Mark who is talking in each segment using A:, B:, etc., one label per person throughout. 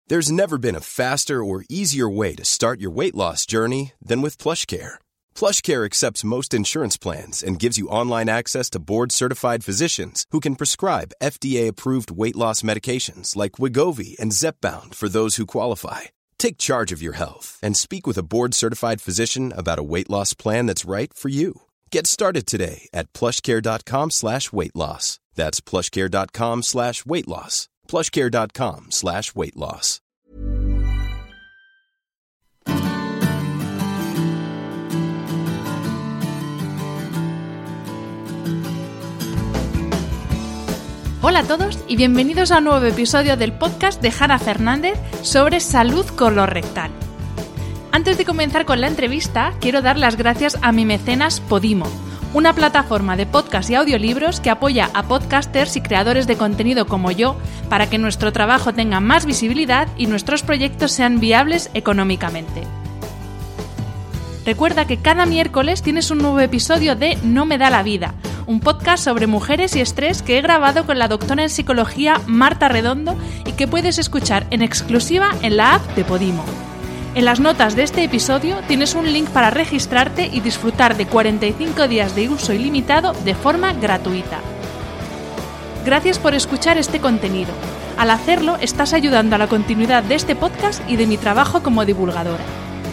A: There's never been a faster or easier way to start your weight loss journey than with PlushCare. PlushCare accepts most insurance plans and gives you online access to board-certified physicians who can prescribe FDA-approved weight loss medications like Wegovy and Zepbound for those who qualify. Take charge of your health and speak with a board-certified physician about a weight loss plan that's right for you. Get started today at plushcare.com/weightloss. That's plushcare.com/weightloss. plushcare.com/weightloss.
B: Hola a todos y bienvenidos a un nuevo episodio del podcast de Hanna Fernández sobre salud colorectal. Antes de comenzar con la entrevista, quiero dar las gracias a mi mecenas Podimo, una plataforma de podcast y audiolibros que apoya a podcasters y creadores de contenido como yo para que nuestro trabajo tenga más visibilidad y nuestros proyectos sean viables económicamente. Recuerda que cada miércoles tienes un nuevo episodio de No me da la vida, un podcast sobre mujeres y estrés que he grabado con la doctora en psicología Marta Redondo y que puedes escuchar en exclusiva en la app de Podimo. En las notas de este episodio tienes un link para registrarte y disfrutar de 45 días de uso ilimitado de forma gratuita. Gracias por escuchar este contenido. Al hacerlo, estás ayudando a la continuidad de este podcast y de mi trabajo como divulgadora.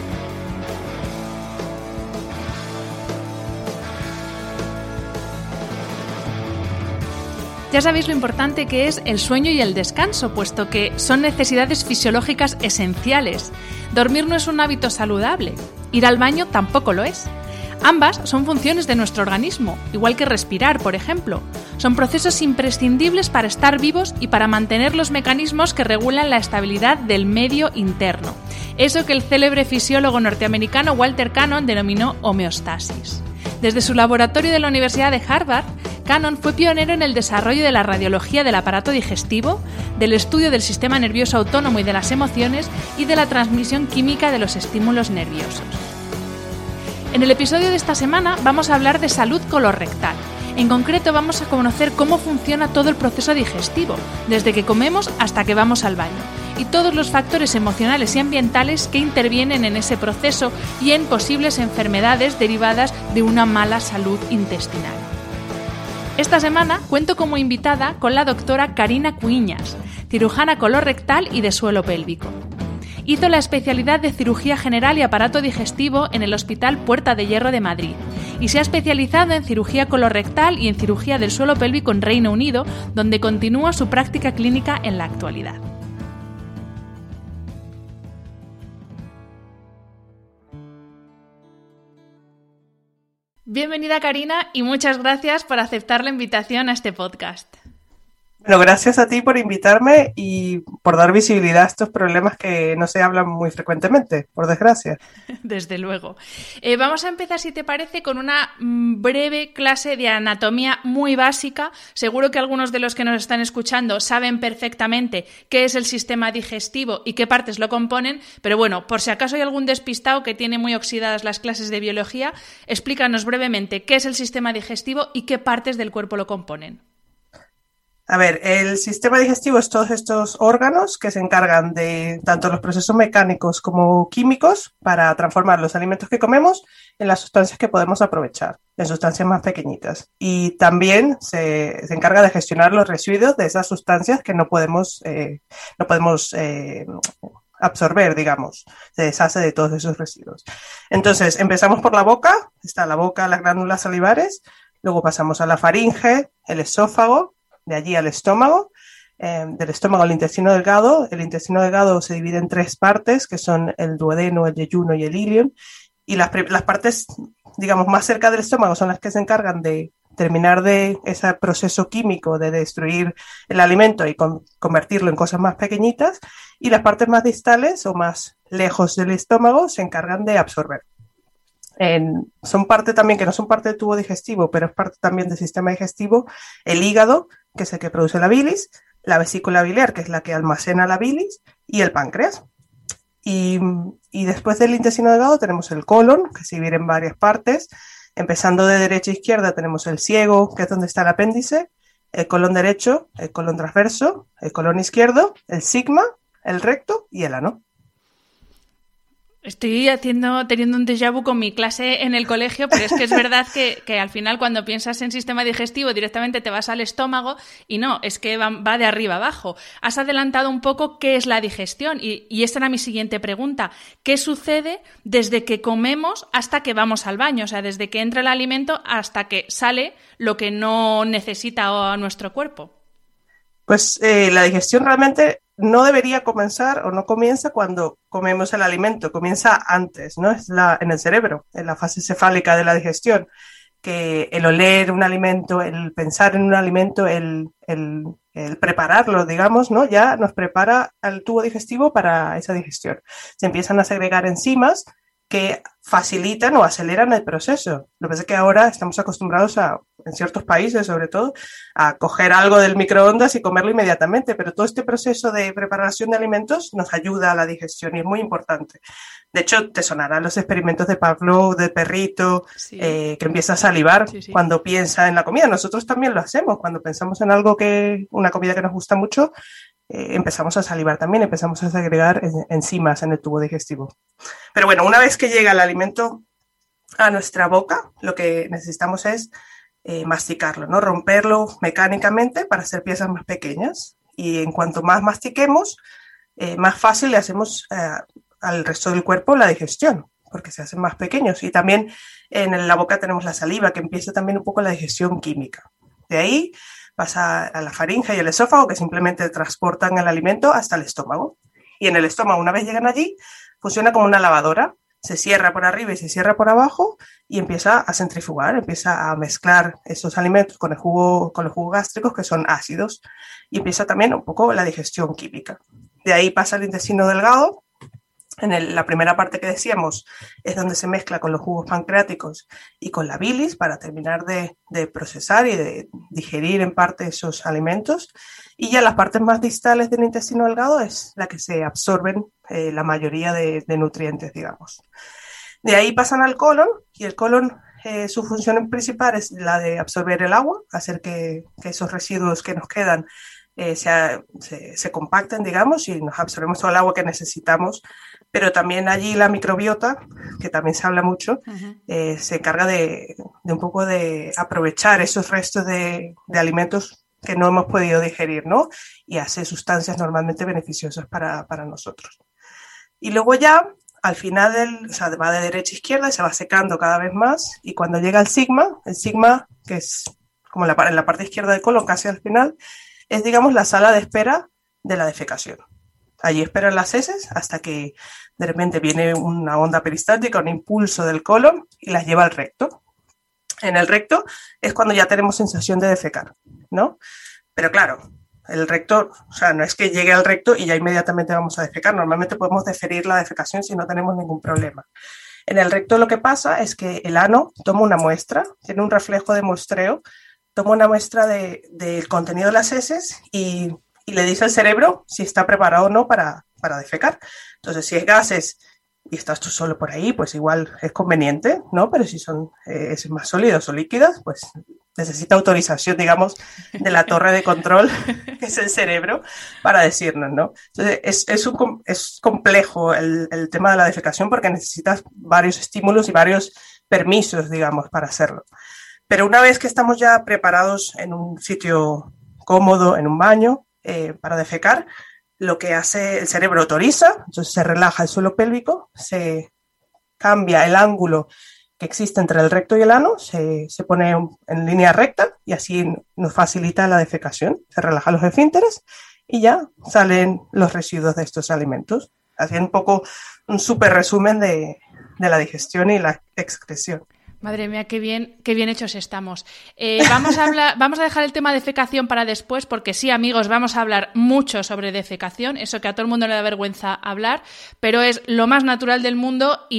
B: Ya sabéis lo importante que es el sueño y el descanso, puesto que son necesidades fisiológicas esenciales. Dormir no es un hábito saludable, ir al baño tampoco lo es. Ambas son funciones de nuestro organismo, igual que respirar, por ejemplo. Son procesos imprescindibles para estar vivos y para mantener los mecanismos que regulan la estabilidad del medio interno. Eso que el célebre fisiólogo norteamericano Walter Cannon denominó homeostasis. Desde su laboratorio de la Universidad de Harvard, Cannon fue pionero en el desarrollo de la radiología del aparato digestivo, del estudio del sistema nervioso autónomo y de las emociones y de la transmisión química de los estímulos nerviosos. En el episodio de esta semana vamos a hablar de salud colorectal. En concreto vamos a conocer cómo funciona todo el proceso digestivo, desde que comemos hasta que vamos al baño, y todos los factores emocionales y ambientales que intervienen en ese proceso y en posibles enfermedades derivadas de una mala salud intestinal. Esta semana cuento como invitada con la doctora Karina Cuiñas, cirujana colorectal y de suelo pélvico. Hizo la especialidad de cirugía general y aparato digestivo en el Hospital Puerta de Hierro de Madrid y se ha especializado en cirugía colorectal y en cirugía del suelo pélvico en Reino Unido, donde continúa su práctica clínica en la actualidad. Bienvenida Karina y muchas gracias por aceptar la invitación a este podcast.
C: Bueno, gracias a ti por invitarme y por dar visibilidad a estos problemas que no se hablan muy frecuentemente, por desgracia.
B: Desde luego. Vamos a empezar, si te parece, con una breve clase de anatomía muy básica. Seguro que algunos de los que nos están escuchando saben perfectamente qué es el sistema digestivo y qué partes lo componen, pero bueno, por si acaso hay algún despistado que tiene muy oxidadas las clases de biología, explícanos brevemente qué es el sistema digestivo y qué partes del cuerpo lo componen.
C: A ver, el sistema digestivo es todos estos órganos que se encargan de tanto los procesos mecánicos como químicos para transformar los alimentos que comemos en las sustancias que podemos aprovechar, en sustancias más pequeñitas. Y también se encarga de gestionar los residuos de esas sustancias que no podemos absorber, digamos. Se deshace de todos esos residuos. Entonces, empezamos por la boca. Está la boca, las glándulas salivares. Luego pasamos a la faringe, el esófago, de allí al estómago, del estómago al intestino delgado. El intestino delgado se divide en 3 partes, que son el duodeno, el yeyuno y el ilion. Y las partes, digamos, más cerca del estómago son las que se encargan de terminar de ese proceso químico de destruir el alimento y convertirlo en cosas más pequeñitas. Y las partes más distales o más lejos del estómago se encargan de absorber. Son parte también, que no son parte del tubo digestivo, pero es parte también del sistema digestivo, el hígado, que es el que produce la bilis, la vesícula biliar, que es la que almacena la bilis, y el páncreas. Y después del intestino delgado tenemos el colon, que se divide en varias partes. Empezando de derecha a izquierda tenemos el ciego, que es donde está el apéndice, el colon derecho, el colon transverso, el colon izquierdo, el sigma, el recto y el ano.
B: Estoy teniendo un déjà vu con mi clase en el colegio, pero es que es verdad que al final cuando piensas en sistema digestivo directamente te vas al estómago y no, es que va de arriba abajo. Has adelantado un poco qué es la digestión y esta era mi siguiente pregunta. ¿Qué sucede desde que comemos hasta que vamos al baño? O sea, desde que entra el alimento hasta que sale lo que no necesita nuestro cuerpo.
C: Pues la digestión realmente no debería comenzar o no comienza cuando comemos el alimento, comienza antes, ¿no? Es en el cerebro, en la fase cefálica de la digestión, que el oler un alimento, el pensar en un alimento, el prepararlo, digamos, ¿no? Ya nos prepara al tubo digestivo para esa digestión. Se empiezan a segregar enzimas que facilitan o aceleran el proceso. Lo que pasa es que ahora estamos acostumbrados en ciertos países sobre todo, a coger algo del microondas y comerlo inmediatamente, pero todo este proceso de preparación de alimentos nos ayuda a la digestión y es muy importante. De hecho, te sonarán los experimentos de Pavlov, del perrito,
B: sí.
C: Que empieza a salivar cuando piensa en la comida. Nosotros también lo hacemos, cuando pensamos en una comida que nos gusta mucho, empezamos a salivar también, empezamos a segregar enzimas en el tubo digestivo. Pero bueno, una vez que llega el alimento a nuestra boca, lo que necesitamos es masticarlo, ¿no? Romperlo mecánicamente para hacer piezas más pequeñas. Y en cuanto más mastiquemos, más fácil le hacemos al resto del cuerpo la digestión, porque se hacen más pequeños. Y también en la boca tenemos la saliva, que empieza también un poco la digestión química. De ahí pasa a la faringe y el esófago, que simplemente transportan el alimento hasta el estómago. Y en el estómago, una vez llegan allí, funciona como una lavadora. Se cierra por arriba y se cierra por abajo y empieza a centrifugar, empieza a mezclar esos alimentos con los jugos gástricos, que son ácidos, y empieza también un poco la digestión química. De ahí pasa al intestino delgado. La primera parte que decíamos es donde se mezcla con los jugos pancreáticos y con la bilis para terminar de procesar y de digerir en parte esos alimentos. Y ya las partes más distales del intestino delgado es la que se absorben la mayoría de nutrientes, digamos. De ahí pasan al colon y el colon, su función principal es la de absorber el agua, hacer que esos residuos que nos quedan se compacten, digamos, y nos absorbemos todo el agua que necesitamos. Pero también allí la microbiota, que también se habla mucho, se encarga de un poco de aprovechar esos restos de alimentos que no hemos podido digerir, ¿no? Y hace sustancias normalmente beneficiosas para nosotros. Y luego ya, al final, va de derecha a izquierda y se va secando cada vez más. Y cuando llega el sigma, que es como en la parte izquierda del colon, casi al final, es, digamos, la sala de espera de la defecación. Allí esperan las heces hasta que de repente viene una onda peristáltica, un impulso del colon y las lleva al recto. En el recto es cuando ya tenemos sensación de defecar, ¿no? Pero claro, el recto, no es que llegue al recto y ya inmediatamente vamos a defecar. Normalmente podemos deferir la defecación si no tenemos ningún problema. En el recto lo que pasa es que el ano toma una muestra, tiene un reflejo de muestreo, toma una muestra del contenido de las heces y le dice al cerebro si está preparado o no para defecar. Entonces, si es gases y estás tú solo por ahí, pues igual es conveniente, ¿no? Pero si son heces más sólidos o líquidas, pues necesita autorización, digamos, de la torre de control, que es el cerebro, para decirnos, ¿no? Entonces, es complejo el tema de la defecación porque necesitas varios estímulos y varios permisos, digamos, para hacerlo. Pero una vez que estamos ya preparados en un sitio cómodo, en un baño, para defecar, lo que hace el cerebro autoriza, entonces se relaja el suelo pélvico, se cambia el ángulo que existe entre el recto y el ano, se pone en línea recta y así nos facilita la defecación, se relajan los esfínteres y ya salen los residuos de estos alimentos. Así un poco un súper resumen de la digestión y la excreción.
B: Madre mía, qué bien hechos estamos. Vamos a dejar el tema de defecación para después, porque sí, amigos, vamos a hablar mucho sobre defecación, eso que a todo el mundo le da vergüenza hablar, pero es lo más natural del mundo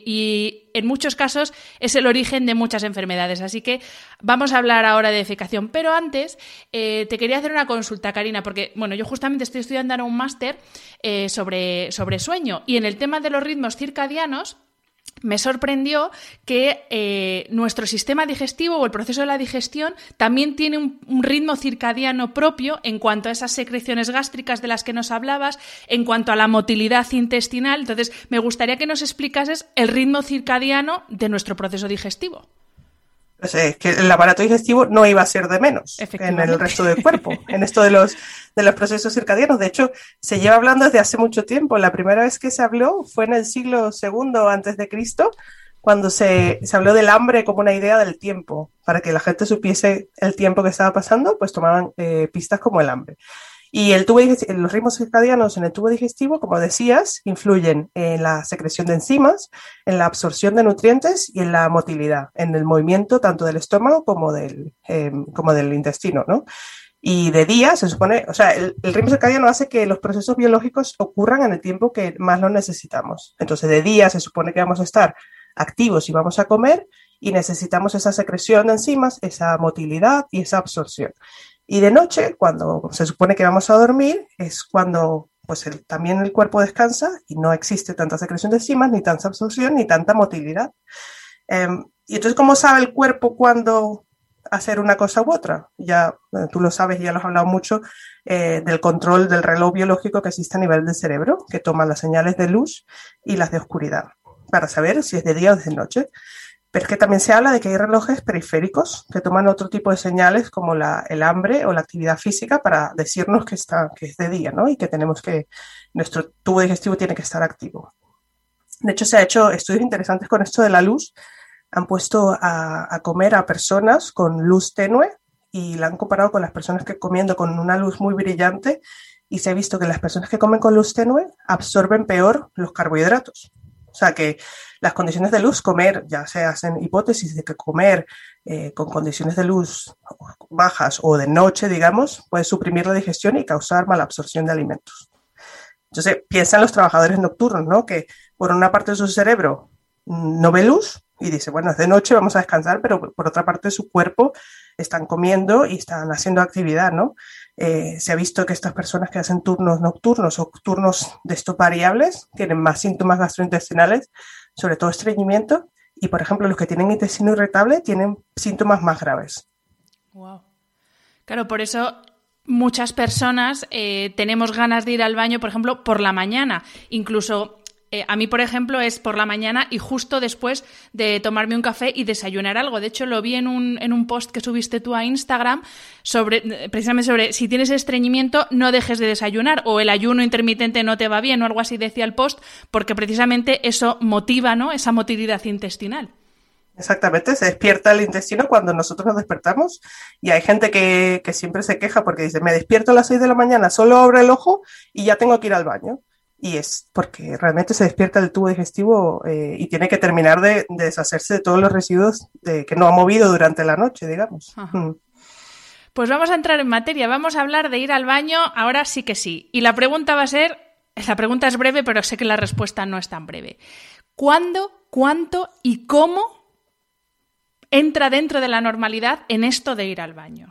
B: y en muchos casos es el origen de muchas enfermedades. Así que vamos a hablar ahora de defecación. Pero antes, te quería hacer una consulta, Karina, porque bueno, yo justamente estoy estudiando ahora un máster sobre sueño y en el tema de los ritmos circadianos. me sorprendió que nuestro sistema digestivo o el proceso de la digestión también tiene un ritmo circadiano propio en cuanto a esas secreciones gástricas de las que nos hablabas, en cuanto a la motilidad intestinal. Entonces, me gustaría que nos explicases el ritmo circadiano de nuestro proceso digestivo.
C: Pues es que el aparato digestivo no iba a ser de menos en el resto del cuerpo, en esto de los procesos circadianos. De hecho, se lleva hablando desde hace mucho tiempo. La primera vez que se habló fue en el siglo II antes de Cristo, cuando se habló del hambre como una idea del tiempo. Para que la gente supiese el tiempo que estaba pasando, pues tomaban pistas como el hambre. Y los ritmos circadianos en el tubo digestivo, como decías, influyen en la secreción de enzimas, en la absorción de nutrientes y en la motilidad, en el movimiento tanto del estómago como del intestino, ¿no? Y de día se supone, o sea, el ritmo circadiano hace que los procesos biológicos ocurran en el tiempo que más lo necesitamos. Entonces, de día se supone que vamos a estar activos y vamos a comer y necesitamos esa secreción de enzimas, esa motilidad y esa absorción. Y de noche, cuando se supone que vamos a dormir, es cuando pues también el cuerpo descansa y no existe tanta secreción de enzimas, ni tanta absorción, ni tanta motilidad. Y entonces, ¿cómo sabe el cuerpo cuándo hacer una cosa u otra? Ya tú lo sabes, ya lo has hablado mucho, del control del reloj biológico que existe a nivel del cerebro, que toma las señales de luz y las de oscuridad, para saber si es de día o de noche. Pero es que también se habla de que hay relojes periféricos que toman otro tipo de señales como el hambre o la actividad física para decirnos que es de día, ¿no? Y que nuestro tubo digestivo tiene que estar activo. De hecho, se han hecho estudios interesantes con esto de la luz. Han puesto a comer a personas con luz tenue y la han comparado con las personas que comiendo con una luz muy brillante, y se ha visto que las personas que comen con luz tenue absorben peor los carbohidratos. O sea que las condiciones de luz, ya se hacen hipótesis de que comer con condiciones de luz bajas o de noche, digamos, puede suprimir la digestión y causar mala absorción de alimentos. Entonces, piensan los trabajadores nocturnos, ¿no? Que por una parte de su cerebro no ve luz y dice, bueno, es de noche, vamos a descansar, pero por otra parte de su cuerpo están comiendo y están haciendo actividad, ¿no? Se ha visto que estas personas que hacen turnos nocturnos o turnos de estos variables tienen más síntomas gastrointestinales, sobre todo estreñimiento, y por ejemplo los que tienen intestino irritable tienen síntomas más graves.
B: Wow. Claro, por eso muchas personas tenemos ganas de ir al baño, por ejemplo, por la mañana. Incluso a mí, por ejemplo, es por la mañana y justo después de tomarme un café y desayunar algo. De hecho, lo vi en un post que subiste tú a Instagram precisamente sobre si tienes estreñimiento, no dejes de desayunar, o el ayuno intermitente no te va bien, o algo así decía el post, porque precisamente eso motiva, ¿no?, esa motilidad intestinal.
C: Exactamente, se despierta el intestino cuando nosotros nos despertamos, y hay gente que siempre se queja porque dice, me despierto a las 6 de la mañana, solo abro el ojo y ya tengo que ir al baño. Y es porque realmente se despierta el tubo digestivo y tiene que terminar de deshacerse de todos los residuos que no ha movido durante la noche, digamos.
B: Pues vamos a entrar en materia, vamos a hablar de ir al baño, ahora sí que sí. Y la pregunta es breve, pero sé que la respuesta no es tan breve. ¿Cuándo, cuánto y cómo entra dentro de la normalidad en esto de ir al baño?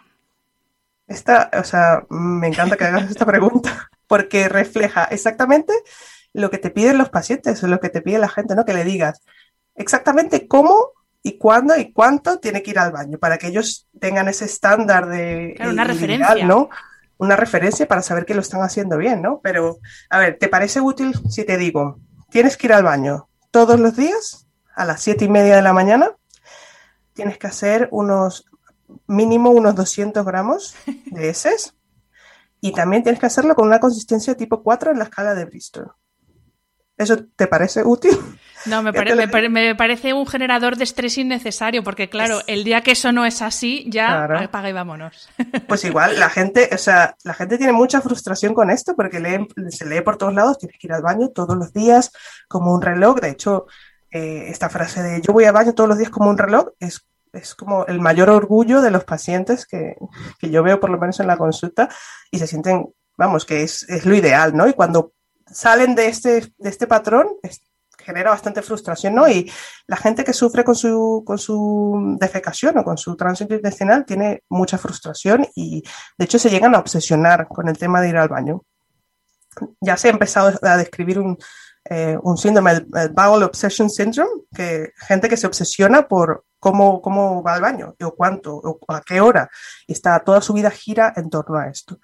C: Me encanta que hagas esta pregunta, porque refleja exactamente lo que te piden los pacientes, lo que te pide la gente, ¿no? Que le digas exactamente cómo y cuándo y cuánto tiene que ir al baño, para que ellos tengan ese estándar de...
B: Claro, una referencia,
C: ¿no? Una referencia para saber que lo están haciendo bien, ¿no? Pero, a ver, ¿te parece útil si te digo, tienes que ir al baño todos los días a las 7:30 de la mañana? Tienes que hacer mínimo unos 200 gramos de heces, y también tienes que hacerlo con una consistencia tipo 4 en la escala de Bristol. ¿Eso te parece útil?
B: No, me parece un generador de estrés innecesario, porque claro, el día que eso no es así, ya claro, apaga y vámonos.
C: Pues igual, la gente tiene mucha frustración con esto, porque se lee por todos lados, tienes que ir al baño todos los días como un reloj. De hecho, esta frase de yo voy al baño todos los días como un reloj es como el mayor orgullo de los pacientes que yo veo, por lo menos en la consulta, y se sienten, vamos, que es lo ideal, ¿no? Y cuando salen de este patrón, genera bastante frustración, ¿no? Y la gente que sufre con su defecación o con su tránsito intestinal tiene mucha frustración, y de hecho se llegan a obsesionar con el tema de ir al baño. Ya se ha empezado a describir un síndrome, el Bowel Obsession Syndrome, que gente que se obsesiona por cómo va al baño, o cuánto, o a qué hora, y toda su vida gira en torno a esto.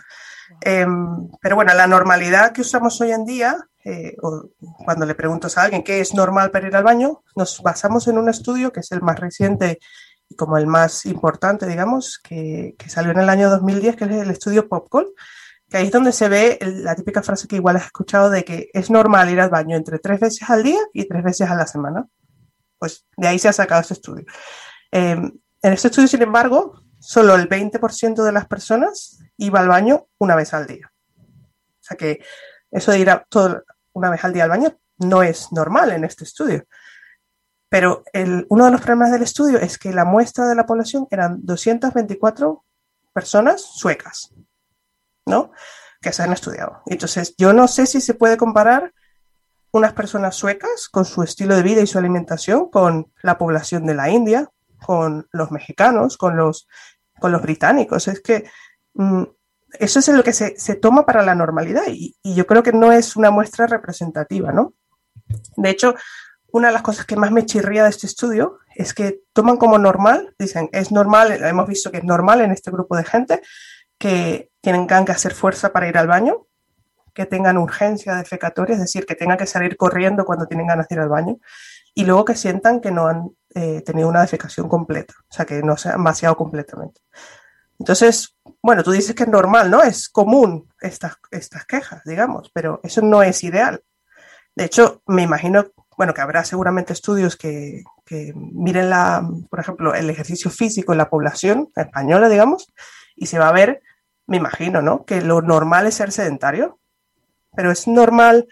C: Pero bueno, la normalidad que usamos hoy en día, o cuando le preguntas a alguien qué es normal para ir al baño, nos basamos en un estudio que es el más reciente y como el más importante, digamos, que salió en el año 2010, que es el estudio Popcol, que ahí es donde se ve la típica frase que igual has escuchado de que es normal ir al baño entre 3 veces al día y 3 veces a la semana. Pues de ahí se ha sacado este estudio. En este estudio, sin embargo, solo el 20% de las personas iba al baño una vez al día. O sea que eso de ir una vez al día al baño no es normal en este estudio. Pero uno de los problemas del estudio es que la muestra de la población eran 224 personas suecas, ¿no? Que se han estudiado. Entonces, yo no sé si se puede comparar unas personas suecas con su estilo de vida y su alimentación con la población de la India, con los mexicanos, con los británicos. Es que eso es lo que se toma para la normalidad y yo creo que no es una muestra representativa, ¿no? De hecho, una de las cosas que más me chirría de este estudio es que toman como normal, dicen, es normal, hemos visto que es normal en este grupo de gente que tengan que hacer fuerza para ir al baño, que tengan urgencia defecatoria, es decir, que tengan que salir corriendo cuando tienen ganas de ir al baño, y luego que sientan que no han tenido una defecación completa, o sea, que no se han vaciado completamente. Entonces, bueno, tú dices que es normal, ¿no? Es común estas quejas, digamos, pero eso no es ideal. De hecho, me imagino, bueno, que habrá seguramente estudios que miren, por ejemplo, el ejercicio físico en la población española, digamos, y se va a ver, me imagino, ¿no? Que lo normal es ser sedentario, pero es normal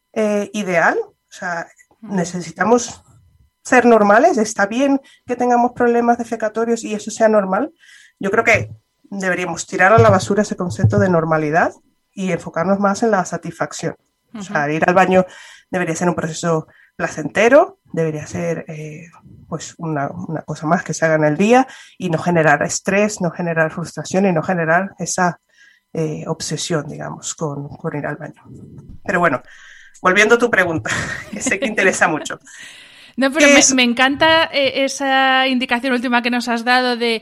C: ideal, o sea, necesitamos ser normales, está bien que tengamos problemas defecatorios y eso sea normal. Yo creo que deberíamos tirar a la basura ese concepto de normalidad y enfocarnos más en la satisfacción. Uh-huh. O sea, ir al baño debería ser un proceso placentero, debería ser pues una cosa más que se haga en el día y no generar estrés, no generar frustración y no generar esa obsesión, digamos, con ir al baño. Pero bueno, volviendo a tu pregunta, que sé que interesa mucho.
B: No, pero me encanta esa indicación última que nos has dado de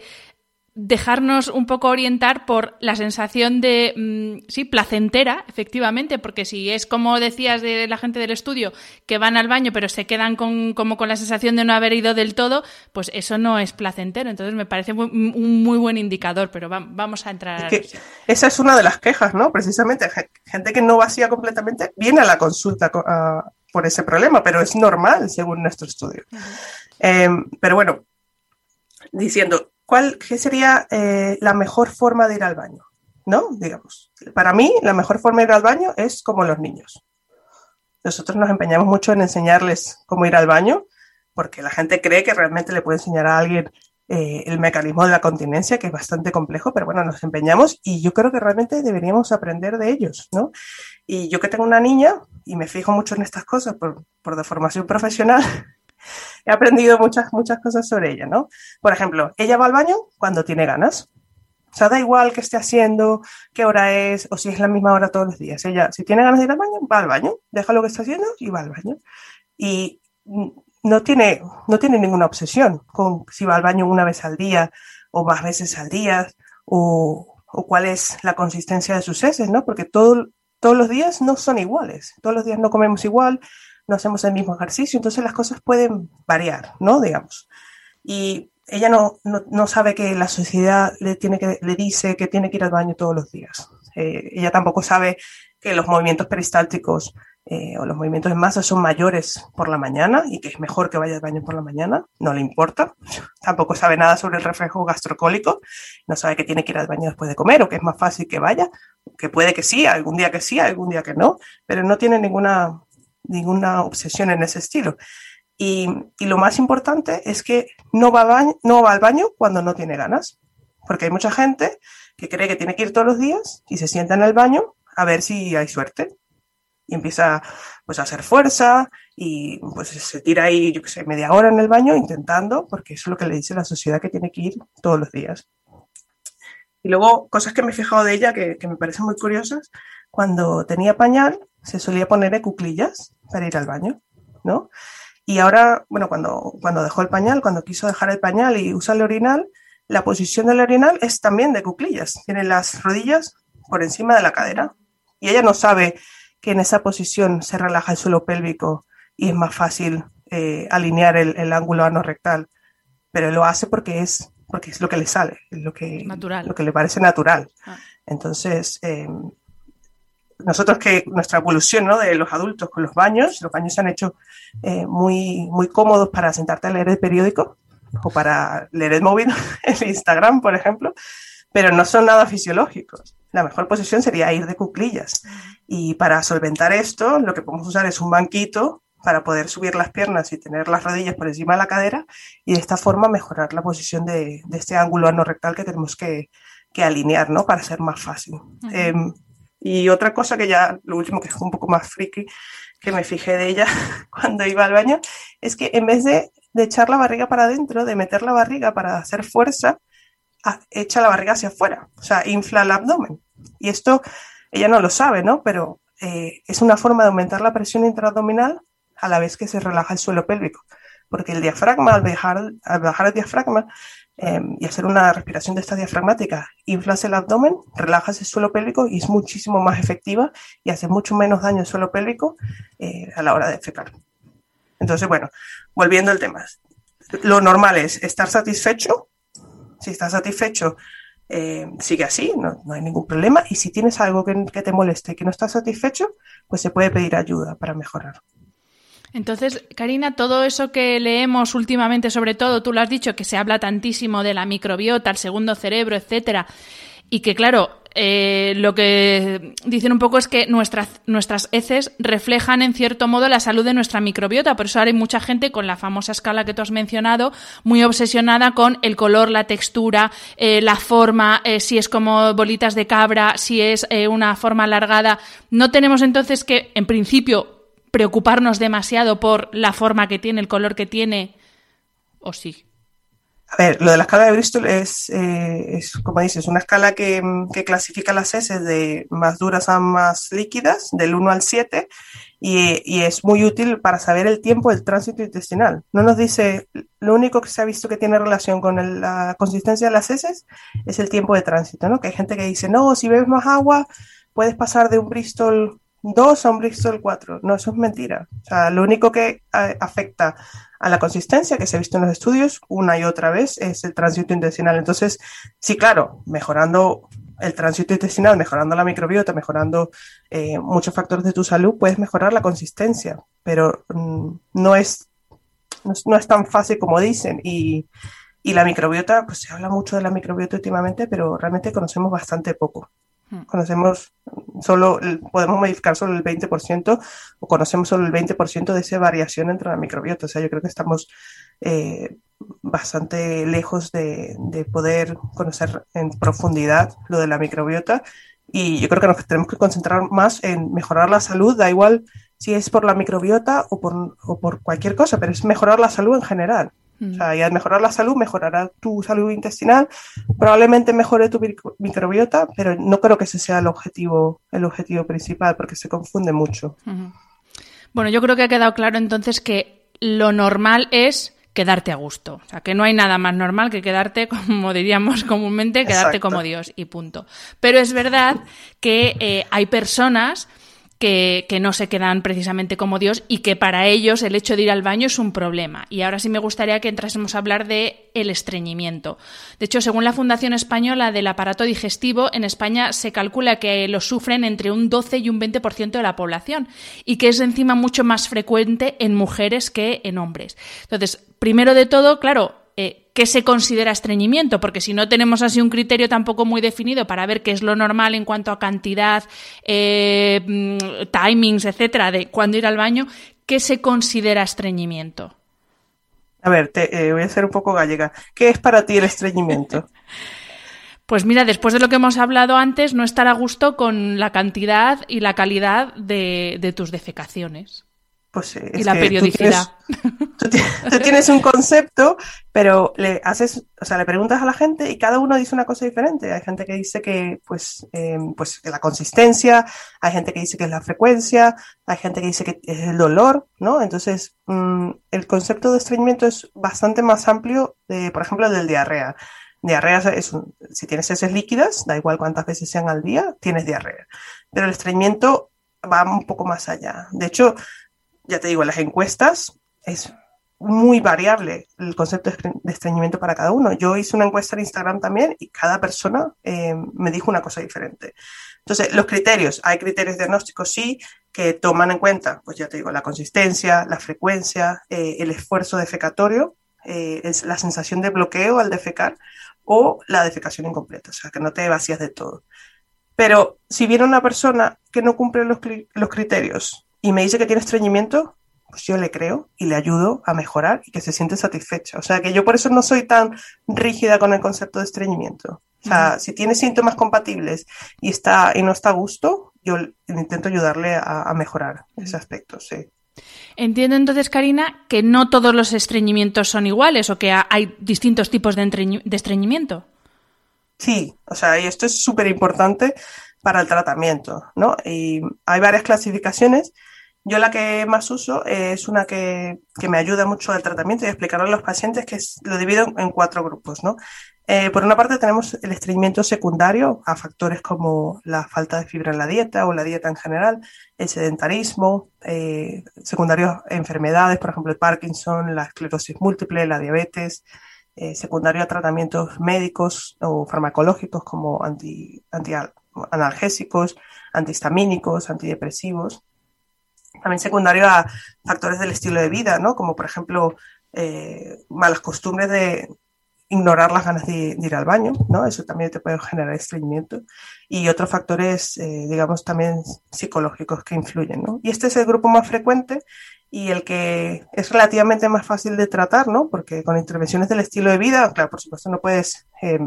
B: dejarnos un poco orientar por la sensación de, sí, placentera, efectivamente, porque si es como decías de la gente del estudio, que van al baño pero se quedan como con la sensación de no haber ido del todo, pues eso no es placentero. Entonces me parece un muy buen indicador, pero vamos a entrar...
C: Esa es una de las quejas, ¿no? Precisamente, gente que no vacía completamente viene a la consulta por ese problema, pero es normal según nuestro estudio. Uh-huh. Pero bueno, diciendo... ¿Qué sería la mejor forma de ir al baño? ¿No? Digamos, para mí la mejor forma de ir al baño es como los niños. Nosotros nos empeñamos mucho en enseñarles cómo ir al baño, porque la gente cree que realmente le puede enseñar a alguien el mecanismo de la continencia, que es bastante complejo, pero bueno, nos empeñamos y yo creo que realmente deberíamos aprender de ellos, ¿no? Y yo que tengo una niña y me fijo mucho en estas cosas por deformación profesional, he aprendido muchas cosas sobre ella, ¿no? Por ejemplo, ella va al baño cuando tiene ganas. O sea, da igual qué esté haciendo, qué hora es, o si es la misma hora todos los días. Ella, si tiene ganas de ir al baño, va al baño, deja lo que está haciendo y va al baño. Y no tiene ninguna obsesión con si va al baño una vez al día o más veces al día o cuál es la consistencia de sus heces, ¿no? Porque todos los días no son iguales. Todos los días no comemos igual, no hacemos el mismo ejercicio, entonces las cosas pueden variar, ¿no? Digamos. Y ella no sabe que la sociedad le dice que tiene que ir al baño todos los días. Ella tampoco sabe que los movimientos peristálticos o los movimientos en masa son mayores por la mañana y que es mejor que vaya al baño por la mañana, no le importa. Tampoco sabe nada sobre el reflejo gastrocólico, no sabe que tiene que ir al baño después de comer o que es más fácil que vaya, que puede que sí, algún día que no, pero no tiene ninguna obsesión en ese estilo. Y lo más importante es que no va al baño cuando no tiene ganas, porque hay mucha gente que cree que tiene que ir todos los días y se sienta en el baño a ver si hay suerte y empieza pues a hacer fuerza y pues se tira ahí, yo qué sé, media hora en el baño intentando, porque eso es lo que le dice la sociedad, que tiene que ir todos los días. Y luego, cosas que me he fijado de ella que me parecen muy curiosas, cuando tenía pañal se solía poner en cuclillas para ir al baño, ¿no? Y ahora, bueno, cuando dejó el pañal, cuando quiso dejar el pañal y usar el orinal, la posición del orinal es también de cuclillas. Tiene las rodillas por encima de la cadera. Y ella no sabe que en esa posición se relaja el suelo pélvico y es más fácil alinear el ángulo anorrectal. Pero lo hace porque es lo que le sale, lo que le parece natural. Entonces, nosotros que nuestra evolución, ¿no?, de los adultos con los baños se han hecho muy, muy cómodos para sentarte a leer el periódico o para leer el móvil, el Instagram, por ejemplo, pero no son nada fisiológicos. La mejor posición sería ir de cuclillas. Y para solventar esto, lo que podemos usar es un banquito para poder subir las piernas y tener las rodillas por encima de la cadera y de esta forma mejorar la posición de este ángulo anorrectal que tenemos que alinear, ¿no?, para ser más fácil. Y otra cosa que ya, lo último que es un poco más friki, que me fijé de ella cuando iba al baño, es que en vez de echar la barriga para adentro, de meter la barriga para hacer fuerza, echa la barriga hacia afuera, o sea, infla el abdomen. Y esto ella no lo sabe, ¿no? Pero es una forma de aumentar la presión intraabdominal a la vez que se relaja el suelo pélvico. Porque el diafragma, al bajar el diafragma y hacer una respiración de esta diafragmática, inflas el abdomen, relajas el suelo pélvico y es muchísimo más efectiva y hace mucho menos daño al suelo pélvico a la hora de defecar. Entonces, bueno, volviendo al tema. Lo normal es estar satisfecho. Si estás satisfecho, sigue así, no hay ningún problema. Y si tienes algo que te moleste y que no estás satisfecho, pues se puede pedir ayuda para mejorar.
B: Entonces, Carina, todo eso que leemos últimamente, sobre todo, tú lo has dicho, que se habla tantísimo de la microbiota, el segundo cerebro, etcétera, y que, claro, lo que dicen un poco es que nuestras heces reflejan, en cierto modo, la salud de nuestra microbiota. Por eso ahora hay mucha gente con la famosa escala que tú has mencionado, muy obsesionada con el color, la textura, la forma, si es como bolitas de cabra, si es una forma alargada. No tenemos entonces que, en principio, preocuparnos demasiado por la forma que tiene, el color que tiene, ¿o sí?
C: A ver, lo de la escala de Bristol es como dices, una escala que clasifica las heces de más duras a más líquidas, del 1 al 7, y es muy útil para saber el tiempo del tránsito intestinal. No nos dice, lo único que se ha visto que tiene relación con la consistencia de las heces es el tiempo de tránsito, ¿no? Que hay gente que dice, no, si bebes más agua, puedes pasar de un Bristol 2 a un Bristol 4. No, eso es mentira. O sea, lo único que afecta a la consistencia, que se ha visto en los estudios una y otra vez, es el tránsito intestinal. Entonces, sí, claro, mejorando el tránsito intestinal, mejorando la microbiota, mejorando muchos factores de tu salud, puedes mejorar la consistencia, pero no es tan fácil como dicen. Y la microbiota, pues se habla mucho de la microbiota últimamente, pero realmente conocemos bastante poco. Podemos modificar solo el 20% o conocemos solo el 20% de esa variación entre la microbiota. O sea, yo creo que estamos bastante lejos de poder conocer en profundidad lo de la microbiota, y yo creo que nos tenemos que concentrar más en mejorar la salud, da igual si es por la microbiota o por cualquier cosa, pero es mejorar la salud en general. O sea, y al mejorar la salud, mejorará tu salud intestinal, probablemente mejore tu microbiota, pero no creo que ese sea el objetivo principal, porque se confunde mucho.
B: Uh-huh. Bueno, yo creo que ha quedado claro entonces que lo normal es quedarte a gusto. O sea, que no hay nada más normal que quedarte, como diríamos comúnmente, quedarte como Dios y punto. Pero es verdad que hay personas que no se quedan precisamente como Dios y que para ellos el hecho de ir al baño es un problema. Y ahora sí me gustaría que entrásemos a hablar de el estreñimiento. De hecho, según la Fundación Española del Aparato Digestivo, en España se calcula que lo sufren entre un 12 y un 20% de la población y que es encima mucho más frecuente en mujeres que en hombres. Entonces, primero de todo, claro, ¿qué se considera estreñimiento? Porque si no tenemos así un criterio tampoco muy definido para ver qué es lo normal en cuanto a cantidad, timings, etcétera, de cuándo ir al baño, ¿qué se considera estreñimiento?
C: A ver, voy a ser un poco gallega. ¿Qué es para ti el estreñimiento?
B: Pues mira, después de lo que hemos hablado antes, no estar a gusto con la cantidad y la calidad de tus defecaciones.
C: pues
B: y la periodicidad.
C: Tú tienes un concepto, pero le preguntas a la gente y cada uno dice una cosa diferente. Hay gente que dice que pues la consistencia, hay gente que dice que es la frecuencia, hay gente que dice que es el dolor, ¿no? Entonces, el concepto de estreñimiento es bastante más amplio, por ejemplo, del diarrea. Diarrea si tienes heces líquidas, da igual cuántas veces sean al día, tienes diarrea. Pero el estreñimiento va un poco más allá. De hecho, ya te digo, en las encuestas es muy variable el concepto de estreñimiento para cada uno. Yo hice una encuesta en Instagram también y cada persona me dijo una cosa diferente. Entonces, hay criterios diagnósticos, sí, que toman en cuenta, pues ya te digo, la consistencia, la frecuencia, el esfuerzo defecatorio, es la sensación de bloqueo al defecar o la defecación incompleta, o sea, que no te vacías de todo. Pero si viene una persona que no cumple los criterios y me dice que tiene estreñimiento, pues yo le creo y le ayudo a mejorar y que se siente satisfecha. O sea, que yo por eso no soy tan rígida con el concepto de estreñimiento. O sea, si tiene síntomas compatibles y no está a gusto, yo intento ayudarle a mejorar ese aspecto, sí.
B: Entiendo entonces, Karina, que no todos los estreñimientos son iguales o que hay distintos tipos de estreñimiento.
C: Sí, o sea, y esto es súper importante para el tratamiento, ¿no? Y hay varias clasificaciones. Yo la que más uso es una que me ayuda mucho al tratamiento y a explicarlo a los pacientes, que lo divido en 4 grupos, ¿no? Por una parte tenemos el estreñimiento secundario a factores como la falta de fibra en la dieta o la dieta en general, el sedentarismo, secundario a enfermedades, por ejemplo el Parkinson, la esclerosis múltiple, la diabetes, secundario a tratamientos médicos o farmacológicos como analgésicos, antihistamínicos, antidepresivos. También secundario a factores del estilo de vida, ¿no? Como por ejemplo malas costumbres de ignorar las ganas de ir al baño, ¿no? Eso también te puede generar estreñimiento. Y otros factores, digamos, también psicológicos que influyen, ¿no? Y este es el grupo más frecuente y el que es relativamente más fácil de tratar, ¿no? Porque con intervenciones del estilo de vida, claro, por supuesto no puedes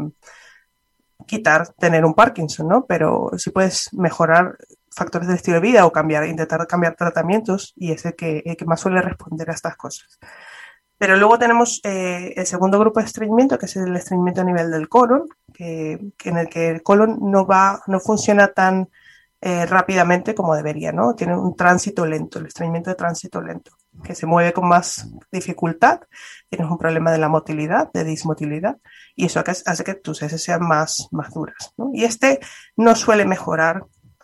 C: tener un Parkinson, ¿no? Pero sí puedes mejorar factores del estilo de vida o intentar cambiar tratamientos y es el que más suele responder a estas cosas. Pero luego tenemos el segundo grupo de estreñimiento, que es el estreñimiento a nivel del colon, que en el que el colon no funciona tan rápidamente como debería, ¿no? Tiene un tránsito lento, el estreñimiento de tránsito lento, que se mueve con más dificultad, tienes un problema de la motilidad, de dismotilidad, y eso hace que tus heces sean más duras, ¿no? Y no suele mejorar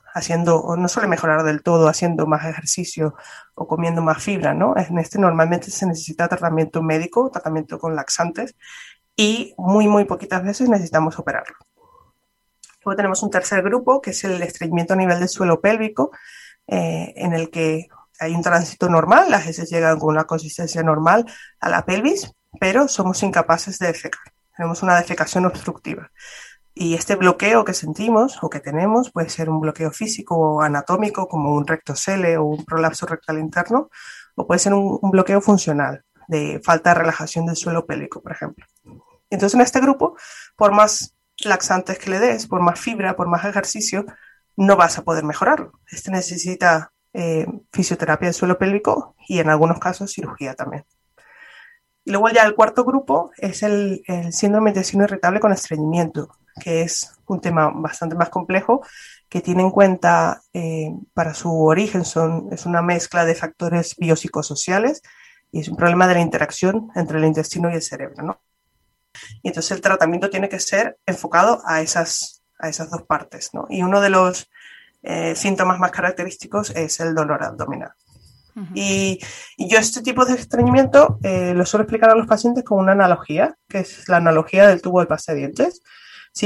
C: del todo haciendo más ejercicio o comiendo más fibra, ¿no? En normalmente se necesita tratamiento médico, tratamiento con laxantes y muy, muy poquitas veces necesitamos operarlo. Luego tenemos un tercer grupo que es el estreñimiento a nivel del suelo pélvico, en el que hay un tránsito normal, las heces llegan con una consistencia normal a la pelvis, pero somos incapaces de defecar. Tenemos una defecación obstructiva. Y este bloqueo que sentimos o que tenemos puede ser un bloqueo físico o anatómico, como un rectocele o un prolapso rectal interno, o puede ser un bloqueo funcional de falta de relajación del suelo pélvico, por ejemplo. Entonces, en este grupo, por más laxantes que le des, por más fibra, por más ejercicio, no vas a poder mejorarlo. Necesita fisioterapia del suelo pélvico y en algunos casos cirugía también. Y luego ya el cuarto grupo es el síndrome de intestino irritable con estreñimiento, que es un tema bastante más complejo, que tiene en cuenta para su origen es una mezcla de factores biopsicosociales y es un problema de la interacción entre el intestino y el cerebro, ¿no? Y entonces el tratamiento tiene que ser enfocado a esas 2 partes, ¿no? Y uno de los síntomas más característicos es el dolor abdominal. Uh-huh. Y yo este tipo de estreñimiento lo suelo explicar a los pacientes con una analogía, que es la analogía del tubo de pasta de dientes. Si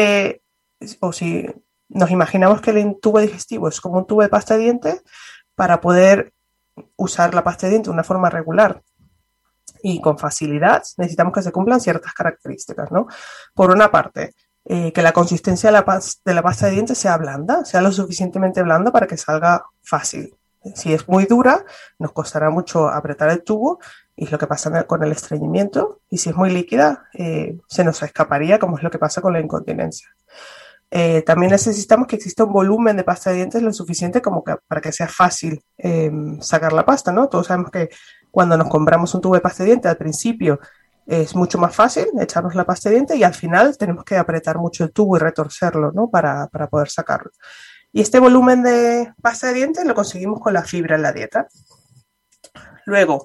C: nos imaginamos que el tubo digestivo es como un tubo de pasta de dientes, para poder usar la pasta de dientes de una forma regular y con facilidad, necesitamos que se cumplan ciertas características, ¿no? Por una parte, que la consistencia de la pasta de dientes sea blanda, sea lo suficientemente blanda para que salga fácil. Si es muy dura, nos costará mucho apretar el tubo y es lo que pasa con el estreñimiento. Y si es muy líquida, se nos escaparía, como es lo que pasa con la incontinencia. También necesitamos que exista un volumen de pasta de dientes lo suficiente como para que sea fácil sacar la pasta, ¿no? Todos sabemos que cuando nos compramos un tubo de pasta de dientes al principio es mucho más fácil echarnos la pasta de dientes y al final tenemos que apretar mucho el tubo y retorcerlo, ¿no? Para poder sacarlo. Y este volumen de pasta de dientes lo conseguimos con la fibra en la dieta. Luego,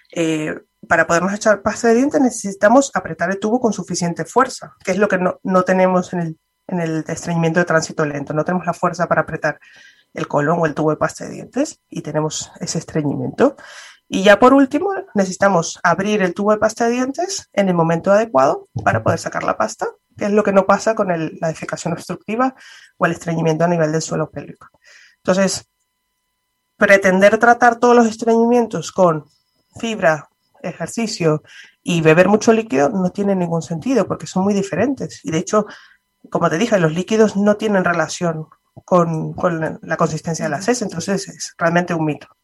C: para podernos echar pasta de dientes necesitamos apretar el tubo con suficiente fuerza, que es lo que no tenemos en el estreñimiento de tránsito lento. No tenemos la fuerza para apretar el colon o el tubo de pasta de dientes y tenemos ese estreñimiento. Y ya por último, necesitamos abrir el tubo de pasta de dientes en el momento adecuado para poder sacar la pasta, que es lo que no pasa con la defecación obstructiva o el estreñimiento a nivel del suelo pélvico. Entonces, pretender tratar todos los estreñimientos con fibra, ejercicio y beber mucho líquido no tiene ningún sentido porque son muy diferentes. Y de hecho, como te dije, los líquidos no tienen relación con la consistencia de las heces, entonces es realmente un mito.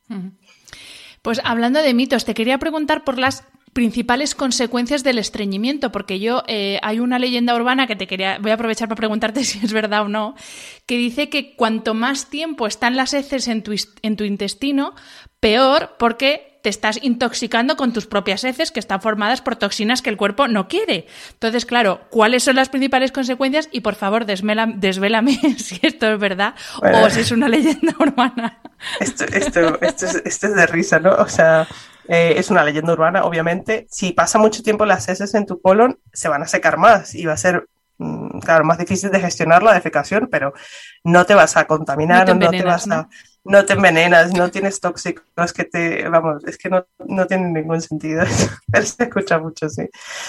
B: Pues hablando de mitos, te quería preguntar por las principales consecuencias del estreñimiento, porque hay una leyenda urbana que voy a aprovechar para preguntarte si es verdad o no, que dice que cuanto más tiempo están las heces en tu intestino, peor, porque te estás intoxicando con tus propias heces que están formadas por toxinas que el cuerpo no quiere. Entonces, claro, ¿cuáles son las principales consecuencias? Y por favor, desvélame si esto es verdad o si es una leyenda urbana.
C: Esto es de risa, ¿no? O sea, es una leyenda urbana, obviamente. Si pasa mucho tiempo las heces en tu colon, se van a secar más y va a ser, claro, más difícil de gestionar la defecación, pero no te vas a contaminar, no te envenenas, no tienes tóxicos que es que no tiene ningún sentido, pero se escucha mucho, sí.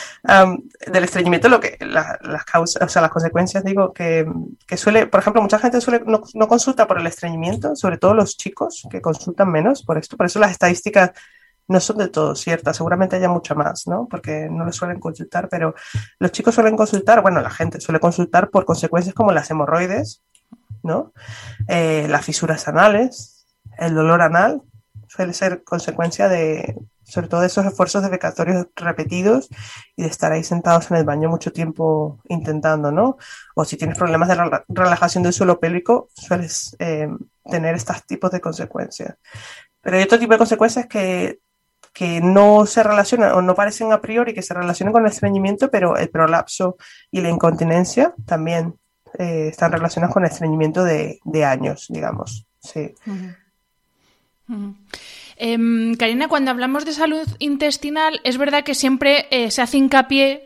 C: Del estreñimiento, las causas, o sea, las consecuencias, digo, que suele, por ejemplo, mucha gente no consulta por el estreñimiento, sobre todo los chicos que consultan menos por eso las estadísticas no son del todo ciertas, seguramente haya mucha más, ¿no? Porque no lo suelen consultar, pero los chicos suelen consultar, bueno, la gente suele consultar por consecuencias como las hemorroides, ¿no? Las fisuras anales, el dolor anal, suele ser consecuencia sobre todo de esos esfuerzos defecatorios repetidos y de estar ahí sentados en el baño mucho tiempo intentando, ¿no? O si tienes problemas de relajación del suelo pélvico, sueles tener estos tipos de consecuencias. Pero hay otro tipo de consecuencias que no se relacionan o no parecen a priori que se relacionan con el estreñimiento, pero el prolapso y la incontinencia también están relacionados con el estreñimiento de años, digamos. Sí.
B: Carina, cuando hablamos de salud intestinal, es verdad que siempre se hace hincapié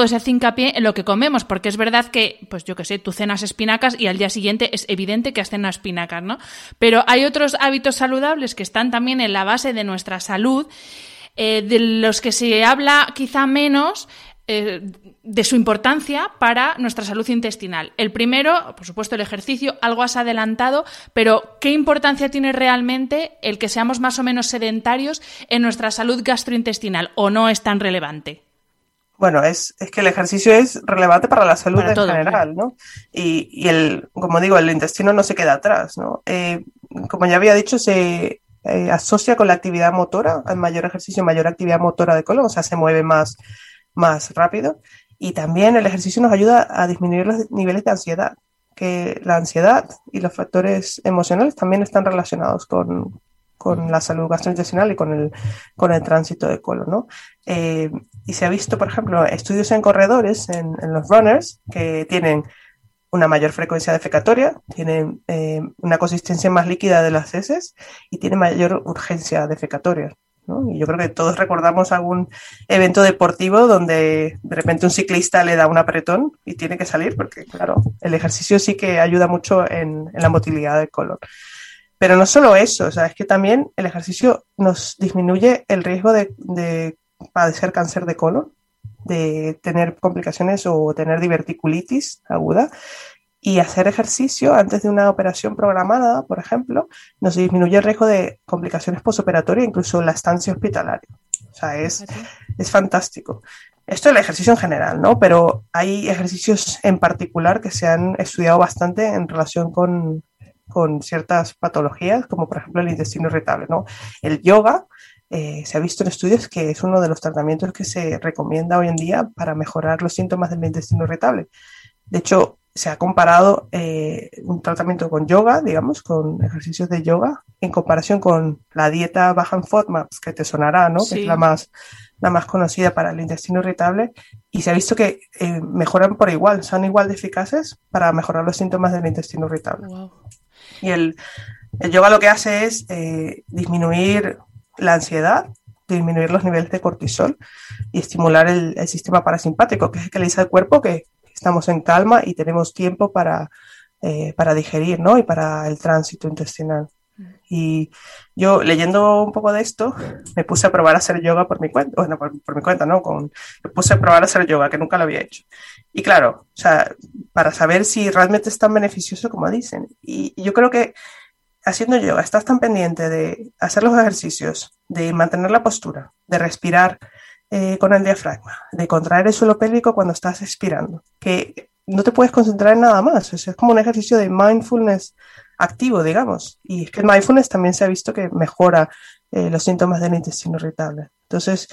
B: en lo que comemos, porque es verdad que, pues yo qué sé, tú cenas espinacas y al día siguiente es evidente que has cenado espinacas, ¿no? Pero hay otros hábitos saludables que están también en la base de nuestra salud, de los que se habla quizá menos, de su importancia para nuestra salud intestinal. El primero, por supuesto, el ejercicio, algo has adelantado, pero ¿qué importancia tiene realmente el que seamos más o menos sedentarios en nuestra salud gastrointestinal o no es tan relevante?
C: Bueno, es que el ejercicio es relevante para la salud en general, ¿no? Y como digo, el intestino no se queda atrás, ¿no? Como ya había dicho, se asocia con la actividad motora, al mayor ejercicio, mayor actividad motora de colon, o sea, se mueve más rápido, y también el ejercicio nos ayuda a disminuir los niveles de ansiedad, que la ansiedad y los factores emocionales también están relacionados con la salud gastrointestinal y con el tránsito de colon, ¿no? Y se ha visto, por ejemplo, estudios en corredores, en los runners, que tienen una mayor frecuencia defecatoria, tienen una consistencia más líquida de las heces y tienen mayor urgencia defecatoria, ¿no? Y yo creo que todos recordamos algún evento deportivo donde de repente un ciclista le da un apretón y tiene que salir porque, claro, el ejercicio sí que ayuda mucho en la motilidad del colon. Pero no solo eso, o sea, es que también el ejercicio nos disminuye el riesgo de padecer cáncer de colon, de tener complicaciones o tener diverticulitis aguda. Y hacer ejercicio antes de una operación programada, por ejemplo, nos disminuye el riesgo de complicaciones posoperatorias, incluso la estancia hospitalaria. O sea, es fantástico. Esto es el ejercicio en general, ¿no? Pero hay ejercicios en particular que se han estudiado bastante en relación con ciertas patologías, como por ejemplo el intestino irritable, ¿no? El yoga se ha visto en estudios que es uno de los tratamientos que se recomienda hoy en día para mejorar los síntomas del intestino irritable. De hecho, se ha comparado un tratamiento con yoga, digamos, con ejercicios de yoga, en comparación con la dieta baja en FODMAPs, que te sonará, ¿no?
B: Sí.
C: Que es la más conocida para el intestino irritable, y se ha visto que mejoran por igual, son igual de eficaces para mejorar los síntomas del intestino irritable.
B: Wow.
C: Y el yoga lo que hace es disminuir la ansiedad, disminuir los niveles de cortisol y estimular el sistema parasimpático, que es el que le dice al cuerpo que estamos en calma y tenemos tiempo para digerir, ¿no? Y para el tránsito intestinal. Y yo, leyendo un poco de esto, me puse a probar a hacer yoga por mi cuenta. Bueno, por mi cuenta, ¿no? Me puse a probar a hacer yoga, que nunca lo había hecho. Y claro, o sea, para saber si realmente es tan beneficioso como dicen. Y yo creo que haciendo yoga estás tan pendiente de hacer los ejercicios, de mantener la postura, de respirar con el diafragma, de contraer el suelo pélvico cuando estás expirando, que no te puedes concentrar en nada más. O sea, es como un ejercicio de mindfulness activo, digamos. Y es que el mindfulness también se ha visto que mejora los síntomas del intestino irritable. Entonces,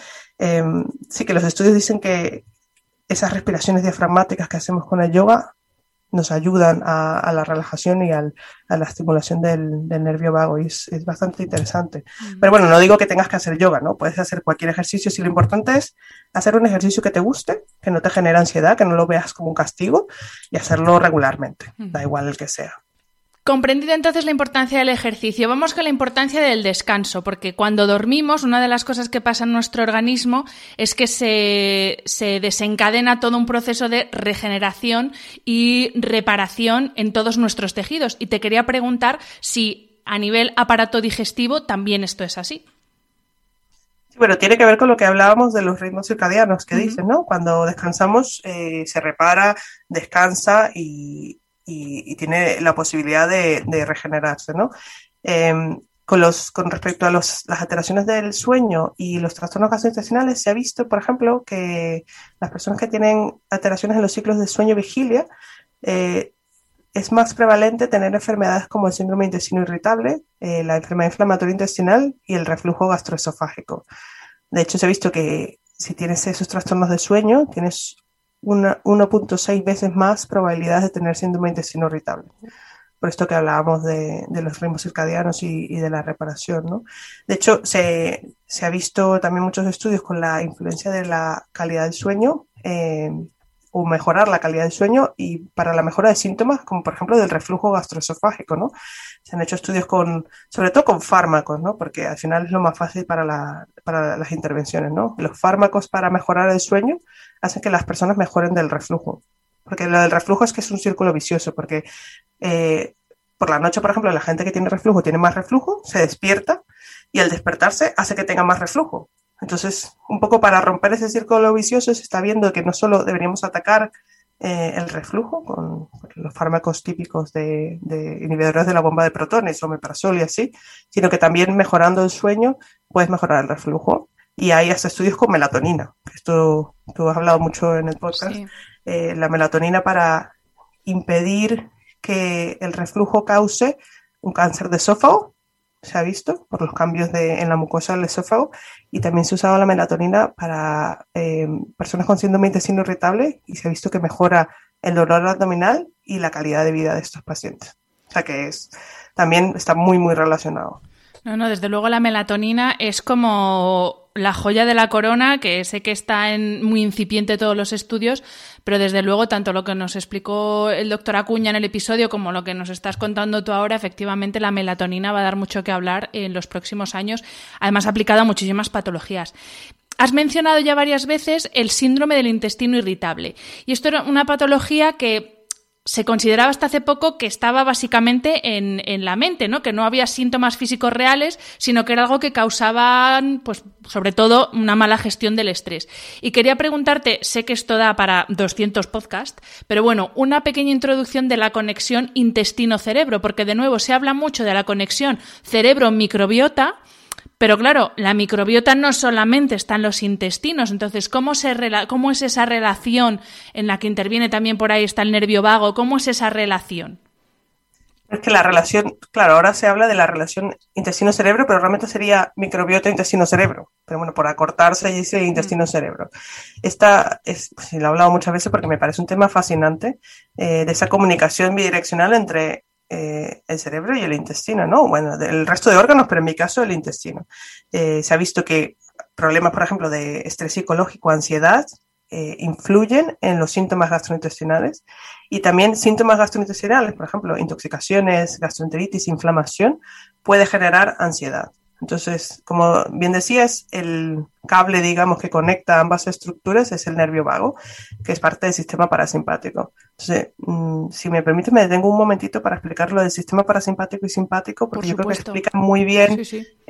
C: sí que los estudios dicen que esas respiraciones diafragmáticas que hacemos con el yoga nos ayudan a la relajación y a la estimulación del nervio vago, y es bastante interesante. Pero bueno, no digo que tengas que hacer yoga, ¿no? Puedes hacer cualquier ejercicio, si lo importante es hacer un ejercicio que te guste, que no te genere ansiedad, que no lo veas como un castigo, y hacerlo regularmente, da igual el que sea.
B: Comprendida entonces la importancia del ejercicio, vamos con la importancia del descanso, porque cuando dormimos, una de las cosas que pasa en nuestro organismo es que se desencadena todo un proceso de regeneración y reparación en todos nuestros tejidos. Y te quería preguntar si a nivel aparato digestivo también esto es así.
C: Bueno, tiene que ver con lo que hablábamos de los ritmos circadianos que dicen, ¿no? Cuando descansamos se repara, descansa y tiene la posibilidad de regenerarse, ¿no? Con respecto a las alteraciones del sueño y los trastornos gastrointestinales, se ha visto, por ejemplo, que las personas que tienen alteraciones en los ciclos de sueño-vigilia, es más prevalente tener enfermedades como el síndrome de intestino irritable, la enfermedad inflamatoria intestinal y el reflujo gastroesofágico. De hecho, se ha visto que si tienes esos trastornos de sueño, tienes 1.6 veces más probabilidades de tener síndrome de intestino irritable. Por esto que hablábamos de los ritmos circadianos y de la reparación, ¿no? De hecho, se ha visto también muchos estudios con la influencia de la calidad del sueño, o mejorar la calidad del sueño y para la mejora de síntomas, como por ejemplo del reflujo gastroesofágico, ¿no? Se han hecho estudios sobre todo con fármacos, ¿no? Porque al final es lo más fácil para las intervenciones, ¿no? Los fármacos para mejorar el sueño hacen que las personas mejoren del reflujo. Porque lo del reflujo es que es un círculo vicioso, porque por la noche, por ejemplo, la gente que tiene reflujo tiene más reflujo, se despierta y al despertarse hace que tenga más reflujo. Entonces, un poco para romper ese círculo vicioso se está viendo que no solo deberíamos atacar el reflujo con los fármacos típicos de inhibidores de la bomba de protones, omeprazol y así, sino que también mejorando el sueño puedes mejorar el reflujo. Y hay hasta estudios con melatonina. Esto tú has hablado mucho en el podcast.
B: Sí.
C: La melatonina para impedir que el reflujo cause un cáncer de esófago, se ha visto por los cambios en la mucosa del esófago, y también se ha usado la melatonina para personas con síndrome de intestino irritable y se ha visto que mejora el dolor abdominal y la calidad de vida de estos pacientes. O sea que también está muy, muy relacionado.
B: No, desde luego la melatonina es como la joya de la corona, que sé que está muy incipiente todos los estudios, pero desde luego tanto lo que nos explicó el doctor Acuña en el episodio como lo que nos estás contando tú ahora, efectivamente la melatonina va a dar mucho que hablar en los próximos años, además aplicada a muchísimas patologías. Has mencionado ya varias veces el síndrome del intestino irritable, y esto era una patología que se consideraba hasta hace poco que estaba básicamente en la mente, ¿no? Que no había síntomas físicos reales, sino que era algo que causaban, pues, sobre todo, una mala gestión del estrés. Y quería preguntarte, sé que esto da para 200 podcasts, pero bueno, una pequeña introducción de la conexión intestino-cerebro, porque de nuevo se habla mucho de la conexión cerebro-microbiota, pero claro, la microbiota no solamente está en los intestinos, entonces, ¿cómo es esa relación en la que interviene también por ahí está el nervio vago? ¿Cómo es esa relación?
C: Es que la relación, claro, ahora se habla de la relación intestino-cerebro, pero realmente sería microbiota intestino-cerebro. Pero bueno, por acortarse dice intestino-cerebro. Esta es, pues, lo he hablado muchas veces porque me parece un tema fascinante, de esa comunicación bidireccional entre el cerebro y el intestino, ¿no? Bueno, del resto de órganos, pero en mi caso el intestino. Se ha visto que problemas, por ejemplo, de estrés psicológico, ansiedad, influyen en los síntomas gastrointestinales y también síntomas gastrointestinales, por ejemplo, intoxicaciones, gastroenteritis, inflamación, puede generar ansiedad. Entonces, como bien decías, el cable, digamos, que conecta ambas estructuras es el nervio vago, que es parte del sistema parasimpático. Entonces, si me permite, me detengo un momentito para explicar lo del sistema parasimpático y simpático, porque yo creo que explica muy bien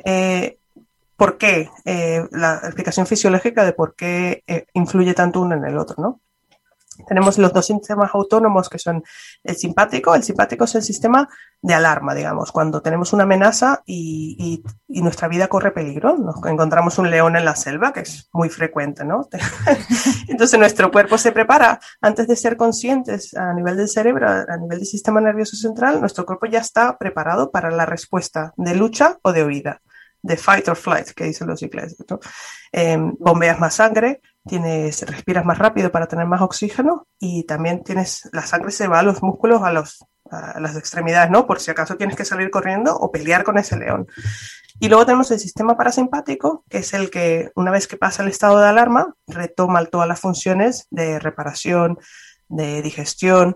C: por qué, la explicación fisiológica de por qué influye tanto uno en el otro, ¿no? Tenemos los dos sistemas autónomos que son el simpático. El simpático es el sistema de alarma, digamos, cuando tenemos una amenaza y nuestra vida corre peligro. Nos encontramos un león en la selva, que es muy frecuente, ¿no? Entonces nuestro cuerpo se prepara antes de ser conscientes a nivel del cerebro, a nivel del sistema nervioso central. Nuestro cuerpo ya está preparado para la respuesta de lucha o de huida, de fight or flight, que dicen los ingleses, ¿no? Bombeas más sangre, respiras más rápido para tener más oxígeno y también la sangre se va a los músculos, a las extremidades, ¿no? Por si acaso tienes que salir corriendo o pelear con ese león. Y luego tenemos el sistema parasimpático, que es el que, una vez que pasa el estado de alarma, retoma todas las funciones de reparación, de digestión,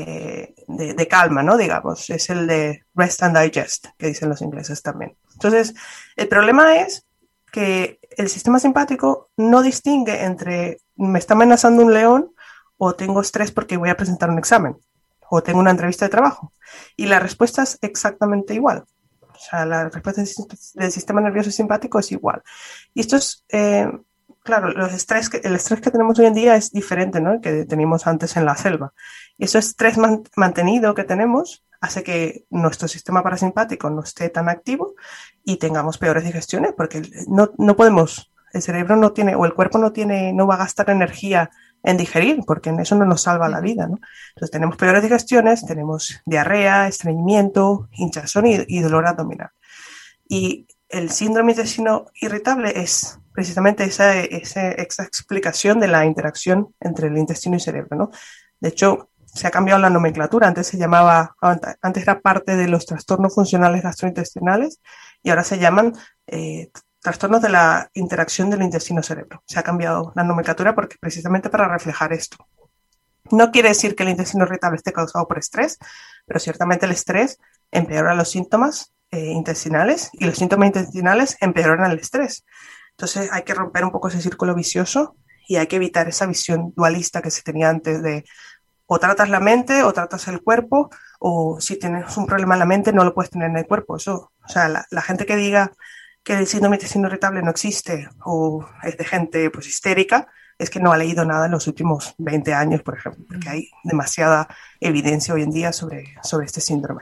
C: de calma, ¿no? Digamos, es el de rest and digest, que dicen los ingleses también. Entonces, el problema es que el sistema simpático no distingue entre me está amenazando un león o tengo estrés porque voy a presentar un examen o tengo una entrevista de trabajo. Y la respuesta es exactamente igual. O sea, la respuesta del sistema nervioso simpático es igual. Y esto es, claro, el estrés que tenemos hoy en día es diferente, ¿no? Que teníamos antes en la selva. Y ese estrés mantenido que tenemos hace que nuestro sistema parasimpático no esté tan activo y tengamos peores digestiones, porque no podemos, el cerebro no tiene, o el cuerpo no va a gastar energía en digerir, porque en eso no nos salva la vida, ¿no? Entonces tenemos peores digestiones, tenemos diarrea, estreñimiento, hinchazón y dolor abdominal. Y el síndrome de intestino irritable es precisamente esa explicación de la interacción entre el intestino y el cerebro, ¿no? De hecho, se ha cambiado la nomenclatura. Antes era parte de los trastornos funcionales gastrointestinales y ahora se llaman trastornos de la interacción del intestino-cerebro. Se ha cambiado la nomenclatura porque precisamente para reflejar esto. No quiere decir que el intestino irritable esté causado por estrés, pero ciertamente el estrés empeora los síntomas intestinales y los síntomas intestinales empeoran el estrés. Entonces hay que romper un poco ese círculo vicioso y hay que evitar esa visión dualista que se tenía antes de o tratas la mente o tratas el cuerpo, o si tienes un problema en la mente no lo puedes tener en el cuerpo. Eso, o sea, la gente que diga que el síndrome de intestino irritable no existe o es de gente pues histérica, es que no ha leído nada en los últimos 20 años, por ejemplo, porque hay demasiada evidencia hoy en día sobre este síndrome.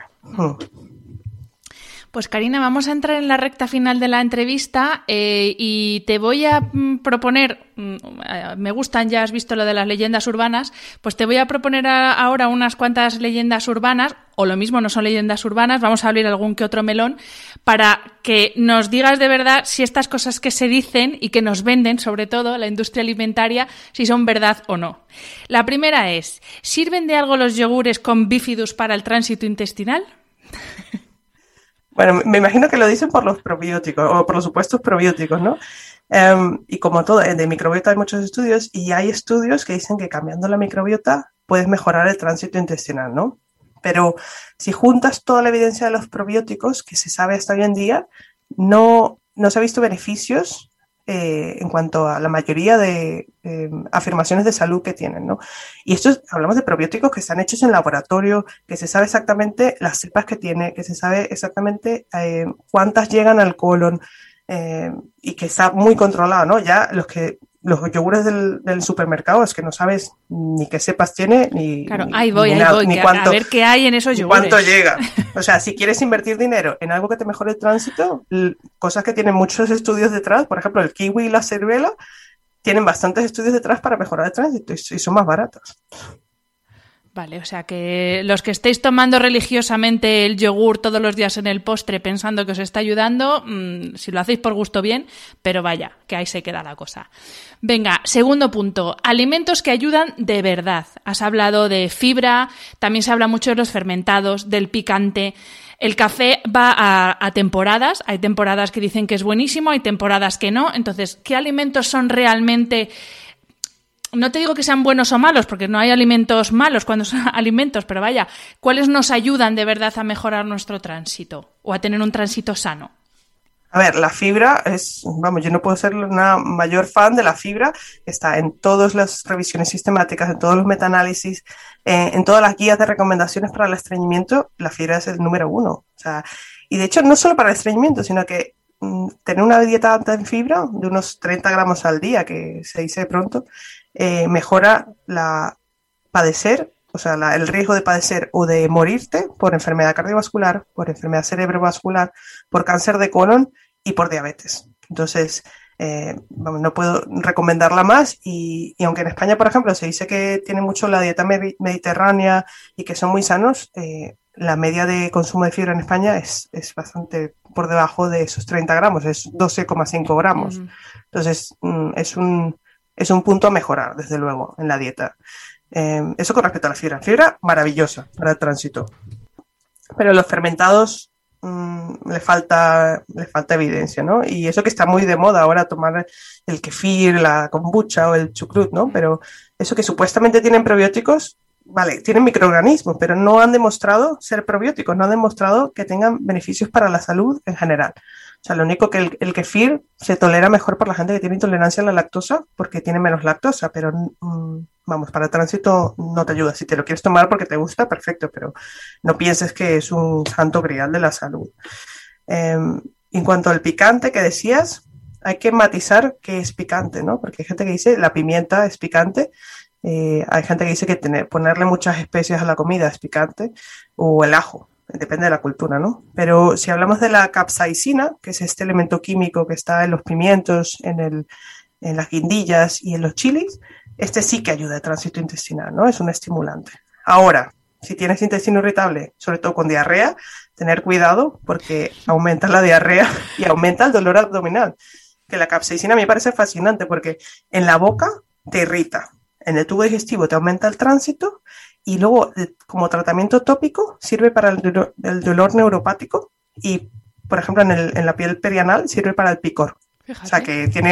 B: Pues Carina, vamos a entrar en la recta final de la entrevista y te voy a proponer, me gustan, ya has visto lo de las leyendas urbanas, pues te voy a proponer ahora unas cuantas leyendas urbanas, o lo mismo no son leyendas urbanas, vamos a abrir algún que otro melón, para que nos digas de verdad si estas cosas que se dicen y que nos venden, sobre todo la industria alimentaria, si son verdad o no. La primera es, ¿sirven de algo los yogures con bífidus para el tránsito intestinal?
C: Bueno, me imagino que lo dicen por los probióticos o por los supuestos probióticos, ¿no? Y como todo, de microbiota hay muchos estudios y hay estudios que dicen que cambiando la microbiota puedes mejorar el tránsito intestinal, ¿no? Pero si juntas toda la evidencia de los probióticos que se sabe hasta hoy en día, no se ha visto beneficios en cuanto a la mayoría de afirmaciones de salud que tienen, ¿no? Y hablamos de probióticos que están hechos en laboratorio, que se sabe exactamente las cepas que tiene, que se sabe exactamente cuántas llegan al colon y que está muy controlado, ¿no? Ya los yogures del supermercado es que no sabes ni qué cepas tiene ni
B: claro,
C: ni,
B: ahí voy,
C: ni cuánto,
B: a ver qué hay en esos yogures.
C: Cuánto llega. O sea, si quieres invertir dinero en algo que te mejore el tránsito, cosas que tienen muchos estudios detrás, por ejemplo, el kiwi y la ciruela, tienen bastantes estudios detrás para mejorar el tránsito y son más baratas.
B: Vale, o sea que los que estéis tomando religiosamente el yogur todos los días en el postre pensando que os está ayudando, si lo hacéis por gusto bien, pero vaya, que ahí se queda la cosa. Venga, segundo punto, alimentos que ayudan de verdad. Has hablado de fibra, también se habla mucho de los fermentados, del picante. El café va a temporadas, hay temporadas que dicen que es buenísimo, hay temporadas que no. Entonces, ¿qué alimentos son realmente... No te digo que sean buenos o malos, porque no hay alimentos malos cuando son alimentos, pero vaya, ¿cuáles nos ayudan de verdad a mejorar nuestro tránsito o a tener un tránsito sano?
C: A ver, la fibra es, vamos, yo no puedo ser una mayor fan de la fibra, está en todas las revisiones sistemáticas, en todos los metaanálisis, en todas las guías de recomendaciones para el estreñimiento, la fibra es el número 1. O sea, y de hecho no solo para el estreñimiento, sino que tener una dieta alta en fibra, de unos 30 gramos al día, que se dice pronto, mejora padecer, o sea, el riesgo de padecer o de morirte por enfermedad cardiovascular, por enfermedad cerebrovascular, por cáncer de colon y por diabetes. Entonces, no puedo recomendarla más y aunque en España, por ejemplo, se dice que tiene mucho la dieta mediterránea y que son muy sanos, la media de consumo de fibra en España es bastante por debajo de esos 30 gramos, es 12,5 gramos. Entonces, es un punto a mejorar, desde luego, en la dieta. Eso con respecto a la fibra. Fibra maravillosa para el tránsito. Pero los fermentados le falta evidencia, ¿no? Y eso que está muy de moda ahora, tomar el kefir, la kombucha o el chucrut, ¿no? Pero eso que supuestamente tienen probióticos, vale, tienen microorganismos, pero no han demostrado ser probióticos, no han demostrado que tengan beneficios para la salud en general. O sea, lo único que el kefir se tolera mejor por la gente que tiene intolerancia a la lactosa porque tiene menos lactosa, pero vamos, para el tránsito no te ayuda. Si te lo quieres tomar porque te gusta, perfecto, pero no pienses que es un santo grial de la salud. En cuanto al picante que decías, hay que matizar qué es picante, ¿no? Porque hay gente que dice la pimienta es picante, hay gente que dice que ponerle muchas especias a la comida es picante, o el ajo. Depende de la cultura, ¿no? Pero si hablamos de la capsaicina, que es este elemento químico que está en los pimientos, en las guindillas y en los chilis, este sí que ayuda al tránsito intestinal, ¿no? Es un estimulante. Ahora, si tienes intestino irritable, sobre todo con diarrea, tener cuidado porque aumenta la diarrea y aumenta el dolor abdominal. Que la capsaicina me parece fascinante porque en la boca te irrita, en el tubo digestivo te aumenta el tránsito y luego, como tratamiento tópico, sirve para el dolor neuropático y, por ejemplo, en la piel perianal sirve para el picor. Fíjate. O sea, que tiene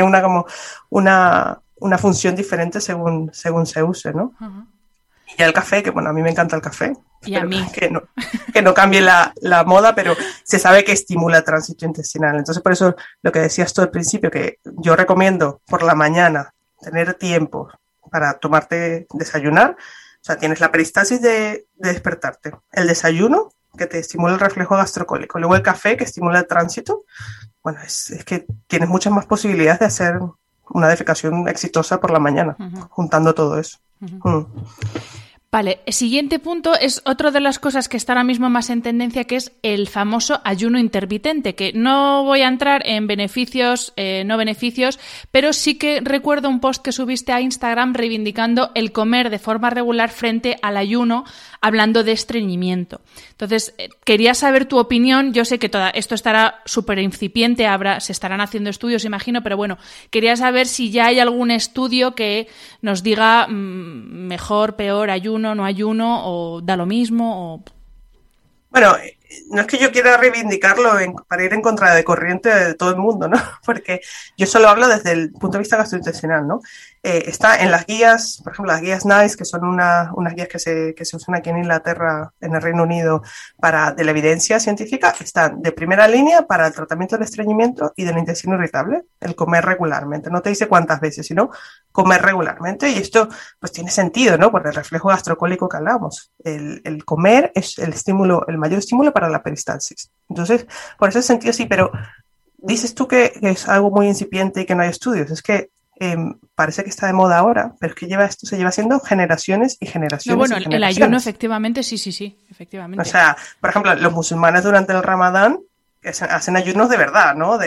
C: una función diferente según se use, ¿no? Uh-huh. Y ya el café, que bueno, a mí me encanta el café.
B: Y a mí.
C: Que no cambie la moda, pero se sabe que estimula el tránsito intestinal. Entonces, por eso lo que decías tú al principio, que yo recomiendo por la mañana tener tiempo para desayunar. O sea, tienes la peristalsis de despertarte, el desayuno, que te estimula el reflejo gastrocólico, luego el café, que estimula el tránsito. Bueno, es que tienes muchas más posibilidades de hacer una defecación exitosa por la mañana, uh-huh. Juntando todo eso. Uh-huh.
B: Vale, el siguiente punto es otra de las cosas que está ahora mismo más en tendencia, que es el famoso ayuno intermitente, que no voy a entrar en beneficios, no beneficios, pero sí que recuerdo un post que subiste a Instagram reivindicando el comer de forma regular frente al ayuno, hablando de estreñimiento. Entonces, quería saber tu opinión. Yo sé que esto estará súper incipiente, se estarán haciendo estudios, imagino, pero bueno, quería saber si ya hay algún estudio que nos diga mejor, peor, ayuno, no ayuno, o da lo mismo, o...
C: Bueno, no es que yo quiera reivindicarlo para ir en contra de corriente de todo el mundo, ¿no? Porque yo solo hablo desde el punto de vista gastrointestinal, ¿no? Está en las guías, por ejemplo, las guías NICE, que son unas guías que se usan aquí en Inglaterra, en el Reino Unido, de la evidencia científica, están de primera línea para el tratamiento del estreñimiento y del intestino irritable, el comer regularmente. No te dice cuántas veces, sino comer regularmente. Y esto, pues, tiene sentido, ¿no? Por el reflejo gastrocólico que hablamos. El comer es el mayor estímulo para la peristalsis. Entonces, por ese sentido sí, pero dices tú que es algo muy incipiente y que no hay estudios. Es que parece que está de moda ahora, pero es que esto se lleva haciendo generaciones y generaciones.
B: No, bueno,
C: y generaciones.
B: El ayuno, efectivamente, sí, efectivamente.
C: O sea, por ejemplo, los musulmanes durante el Ramadán hacen ayunos de verdad, ¿no? De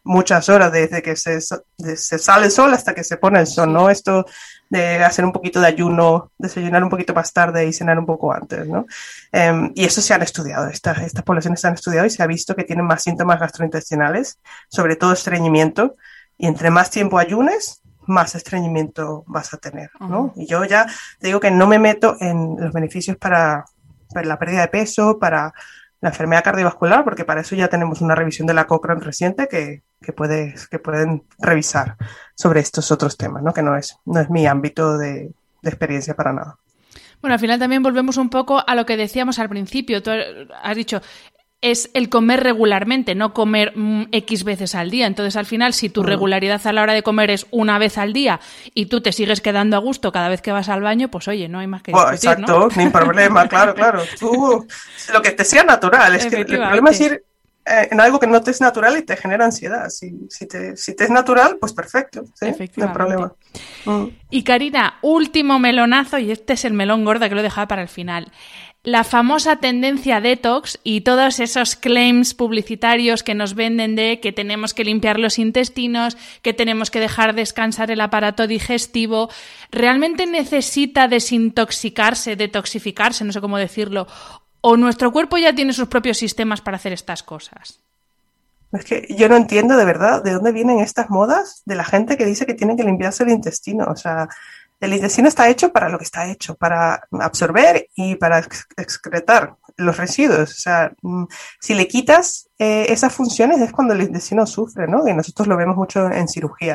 C: muchas horas desde que se sale el sol hasta que se pone el sol, ¿no? Esto de hacer un poquito de ayuno, desayunar un poquito más tarde y cenar un poco antes, ¿no? Y eso se han estudiado, estas poblaciones se han estudiado y se ha visto que tienen más síntomas gastrointestinales, sobre todo estreñimiento, y entre más tiempo ayunes, más estreñimiento vas a tener, ¿no? Y yo ya te digo que no me meto en los beneficios para la pérdida de peso, para la enfermedad cardiovascular, porque para eso ya tenemos una revisión de la Cochrane reciente que pueden revisar sobre estos otros temas, ¿no? Que no es mi ámbito de experiencia para nada.
B: Bueno, al final también volvemos un poco a lo que decíamos al principio. Tú has dicho, es el comer regularmente, no comer X veces al día. Entonces, al final, si tu regularidad a la hora de comer es una vez al día y tú te sigues quedando a gusto cada vez que vas al baño, pues oye, no hay más que discutir,
C: exacto,
B: ¿no?
C: Sin problema, claro. Tú, lo que te sea natural. Es que el problema es ir en algo que no te es natural y te genera ansiedad. Si te es natural, pues perfecto, ¿sí? No hay problema.
B: Y Karina, último melonazo, y este es el melón gordo que lo he dejado para el final. La famosa tendencia detox y todos esos claims publicitarios que nos venden de que tenemos que limpiar los intestinos, que tenemos que dejar descansar el aparato digestivo. ¿Realmente necesita detoxificarse, no sé cómo decirlo? ¿O nuestro cuerpo ya tiene sus propios sistemas para hacer estas cosas?
C: Es que yo no entiendo de verdad de dónde vienen estas modas de la gente que dice que tiene que limpiarse el intestino. O sea, el intestino está hecho para lo que está hecho, para absorber y para excretar los residuos. O sea, si le quitas esas funciones es cuando el intestino sufre, ¿no? Y nosotros lo vemos mucho en cirugía.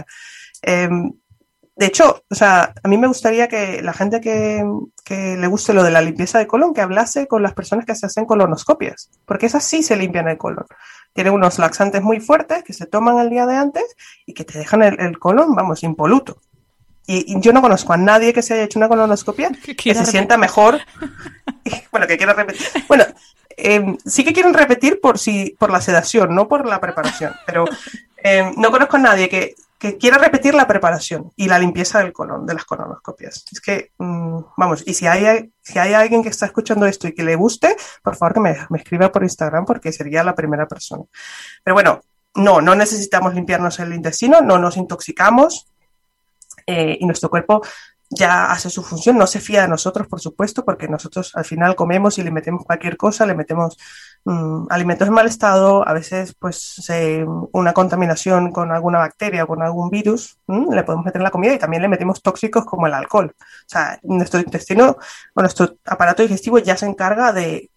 C: De hecho, o sea, a mí me gustaría que la gente que le guste lo de la limpieza de colon, que hablase con las personas que se hacen colonoscopias, porque esas sí se limpian el colon. Tienen unos laxantes muy fuertes que se toman el día de antes y que te dejan el colon, vamos, impoluto. Y yo no conozco a nadie que se haya hecho una colonoscopia que se sienta mejor. Bueno, que quiera repetir. Bueno, sí que quieren repetir por la sedación, no por la preparación. Pero no conozco a nadie que quiera repetir la preparación y la limpieza del colon, de las colonoscopias. Es que, vamos, y si hay alguien que está escuchando esto y que le guste, por favor que me escriba por Instagram porque sería la primera persona. Pero bueno, no necesitamos limpiarnos el intestino, no nos intoxicamos. Y nuestro cuerpo ya hace su función, no se fía de nosotros, por supuesto, porque nosotros al final comemos y le metemos cualquier cosa, le metemos alimentos en mal estado, a veces pues una contaminación con alguna bacteria o con algún virus, le podemos meter en la comida y también le metemos tóxicos como el alcohol. O sea, nuestro intestino o nuestro aparato digestivo ya se encarga de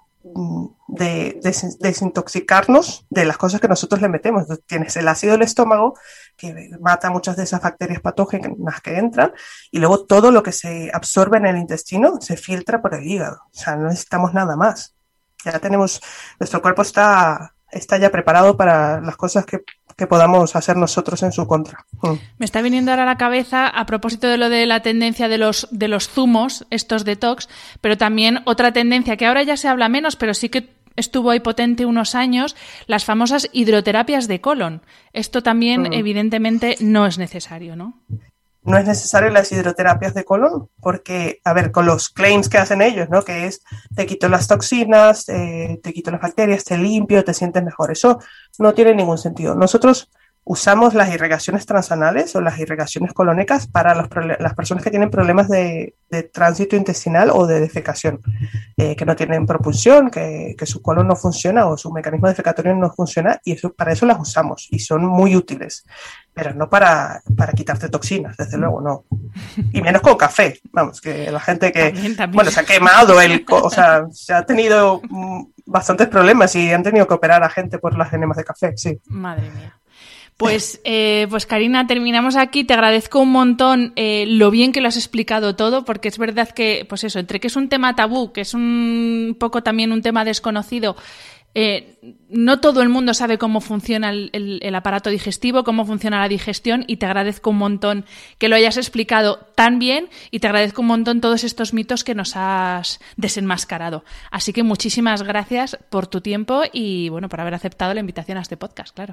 C: desintoxicarnos de las cosas que nosotros le metemos. Entonces, tienes el ácido del estómago que mata muchas de esas bacterias patógenas que entran y luego todo lo que se absorbe en el intestino se filtra por el hígado. O sea, no necesitamos nada más. Ya tenemos, nuestro cuerpo está ya preparado para las cosas que podamos hacer nosotros en su contra.
B: Me está viniendo ahora a la cabeza, a propósito de lo de la tendencia de los zumos, estos detox, pero también otra tendencia que ahora ya se habla menos, pero sí que estuvo ahí potente unos años, las famosas hidroterapias de colon. Esto también, evidentemente, no es necesario, ¿no?
C: No es necesario las hidroterapias de colon porque, a ver, con los claims que hacen ellos, ¿no? Que es, te quito las toxinas, te quito las bacterias, te limpio, te sientes mejor. Eso no tiene ningún sentido. Nosotros usamos las irrigaciones transanales o las irrigaciones colónicas para las personas que tienen problemas de tránsito intestinal o de defecación, que no tienen propulsión, que su colon no funciona o su mecanismo defecatorio no funciona y para eso las usamos y son muy útiles, pero no para quitarte toxinas, desde luego, no. Y menos con café, vamos, que la gente que, también. Bueno, se ha quemado, o sea, se ha tenido bastantes problemas y han tenido que operar a gente por las enemas de café, sí.
B: Madre mía. Pues Karina, terminamos aquí. Te agradezco un montón lo bien que lo has explicado todo, porque es verdad que, pues eso, entre que es un tema tabú, que es un poco también un tema desconocido, no todo el mundo sabe cómo funciona el aparato digestivo, cómo funciona la digestión, y te agradezco un montón que lo hayas explicado tan bien y te agradezco un montón todos estos mitos que nos has desenmascarado. Así que muchísimas gracias por tu tiempo y bueno, por haber aceptado la invitación a este podcast, claro.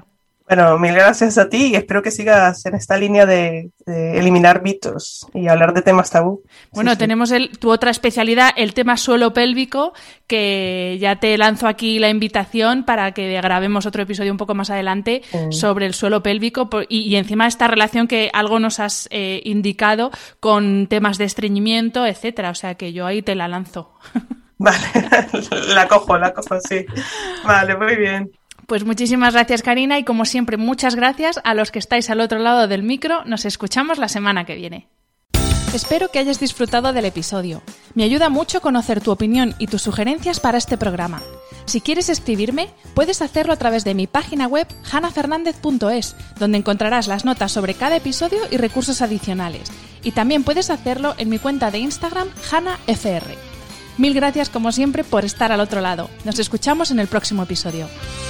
C: Bueno, mil gracias a ti y espero que sigas en esta línea de eliminar mitos y hablar de temas tabú.
B: Bueno, tenemos tu otra especialidad, el tema suelo pélvico, que ya te lanzo aquí la invitación para que grabemos otro episodio un poco más adelante sobre el suelo pélvico y encima esta relación que algo nos has indicado con temas de estreñimiento, etcétera. O sea que yo ahí te la lanzo.
C: Vale, la cojo, sí. Vale, muy bien.
B: Pues muchísimas gracias, Karina, y como siempre, muchas gracias a los que estáis al otro lado del micro. Nos escuchamos la semana que viene. Espero que hayas disfrutado del episodio. Me ayuda mucho conocer tu opinión y tus sugerencias para este programa. Si quieres escribirme, puedes hacerlo a través de mi página web hanafernandez.es, donde encontrarás las notas sobre cada episodio y recursos adicionales. Y también puedes hacerlo en mi cuenta de Instagram, hanafr. Mil gracias, como siempre, por estar al otro lado. Nos escuchamos en el próximo episodio.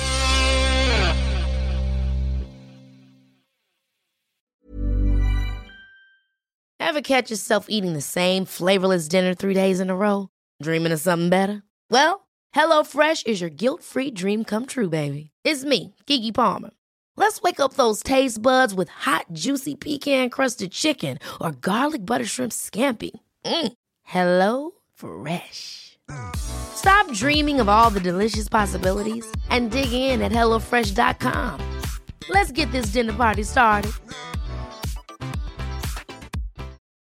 D: Ever catch yourself eating the same flavorless dinner 3 days in a row? Dreaming of something better? Well, HelloFresh is your guilt-free dream come true, baby. It's me, Keke Palmer. Let's wake up those taste buds with hot, juicy pecan-crusted chicken or garlic butter shrimp scampi. HelloFresh. Stop dreaming of all the delicious possibilities and dig in at HelloFresh.com. Let's get this dinner party started.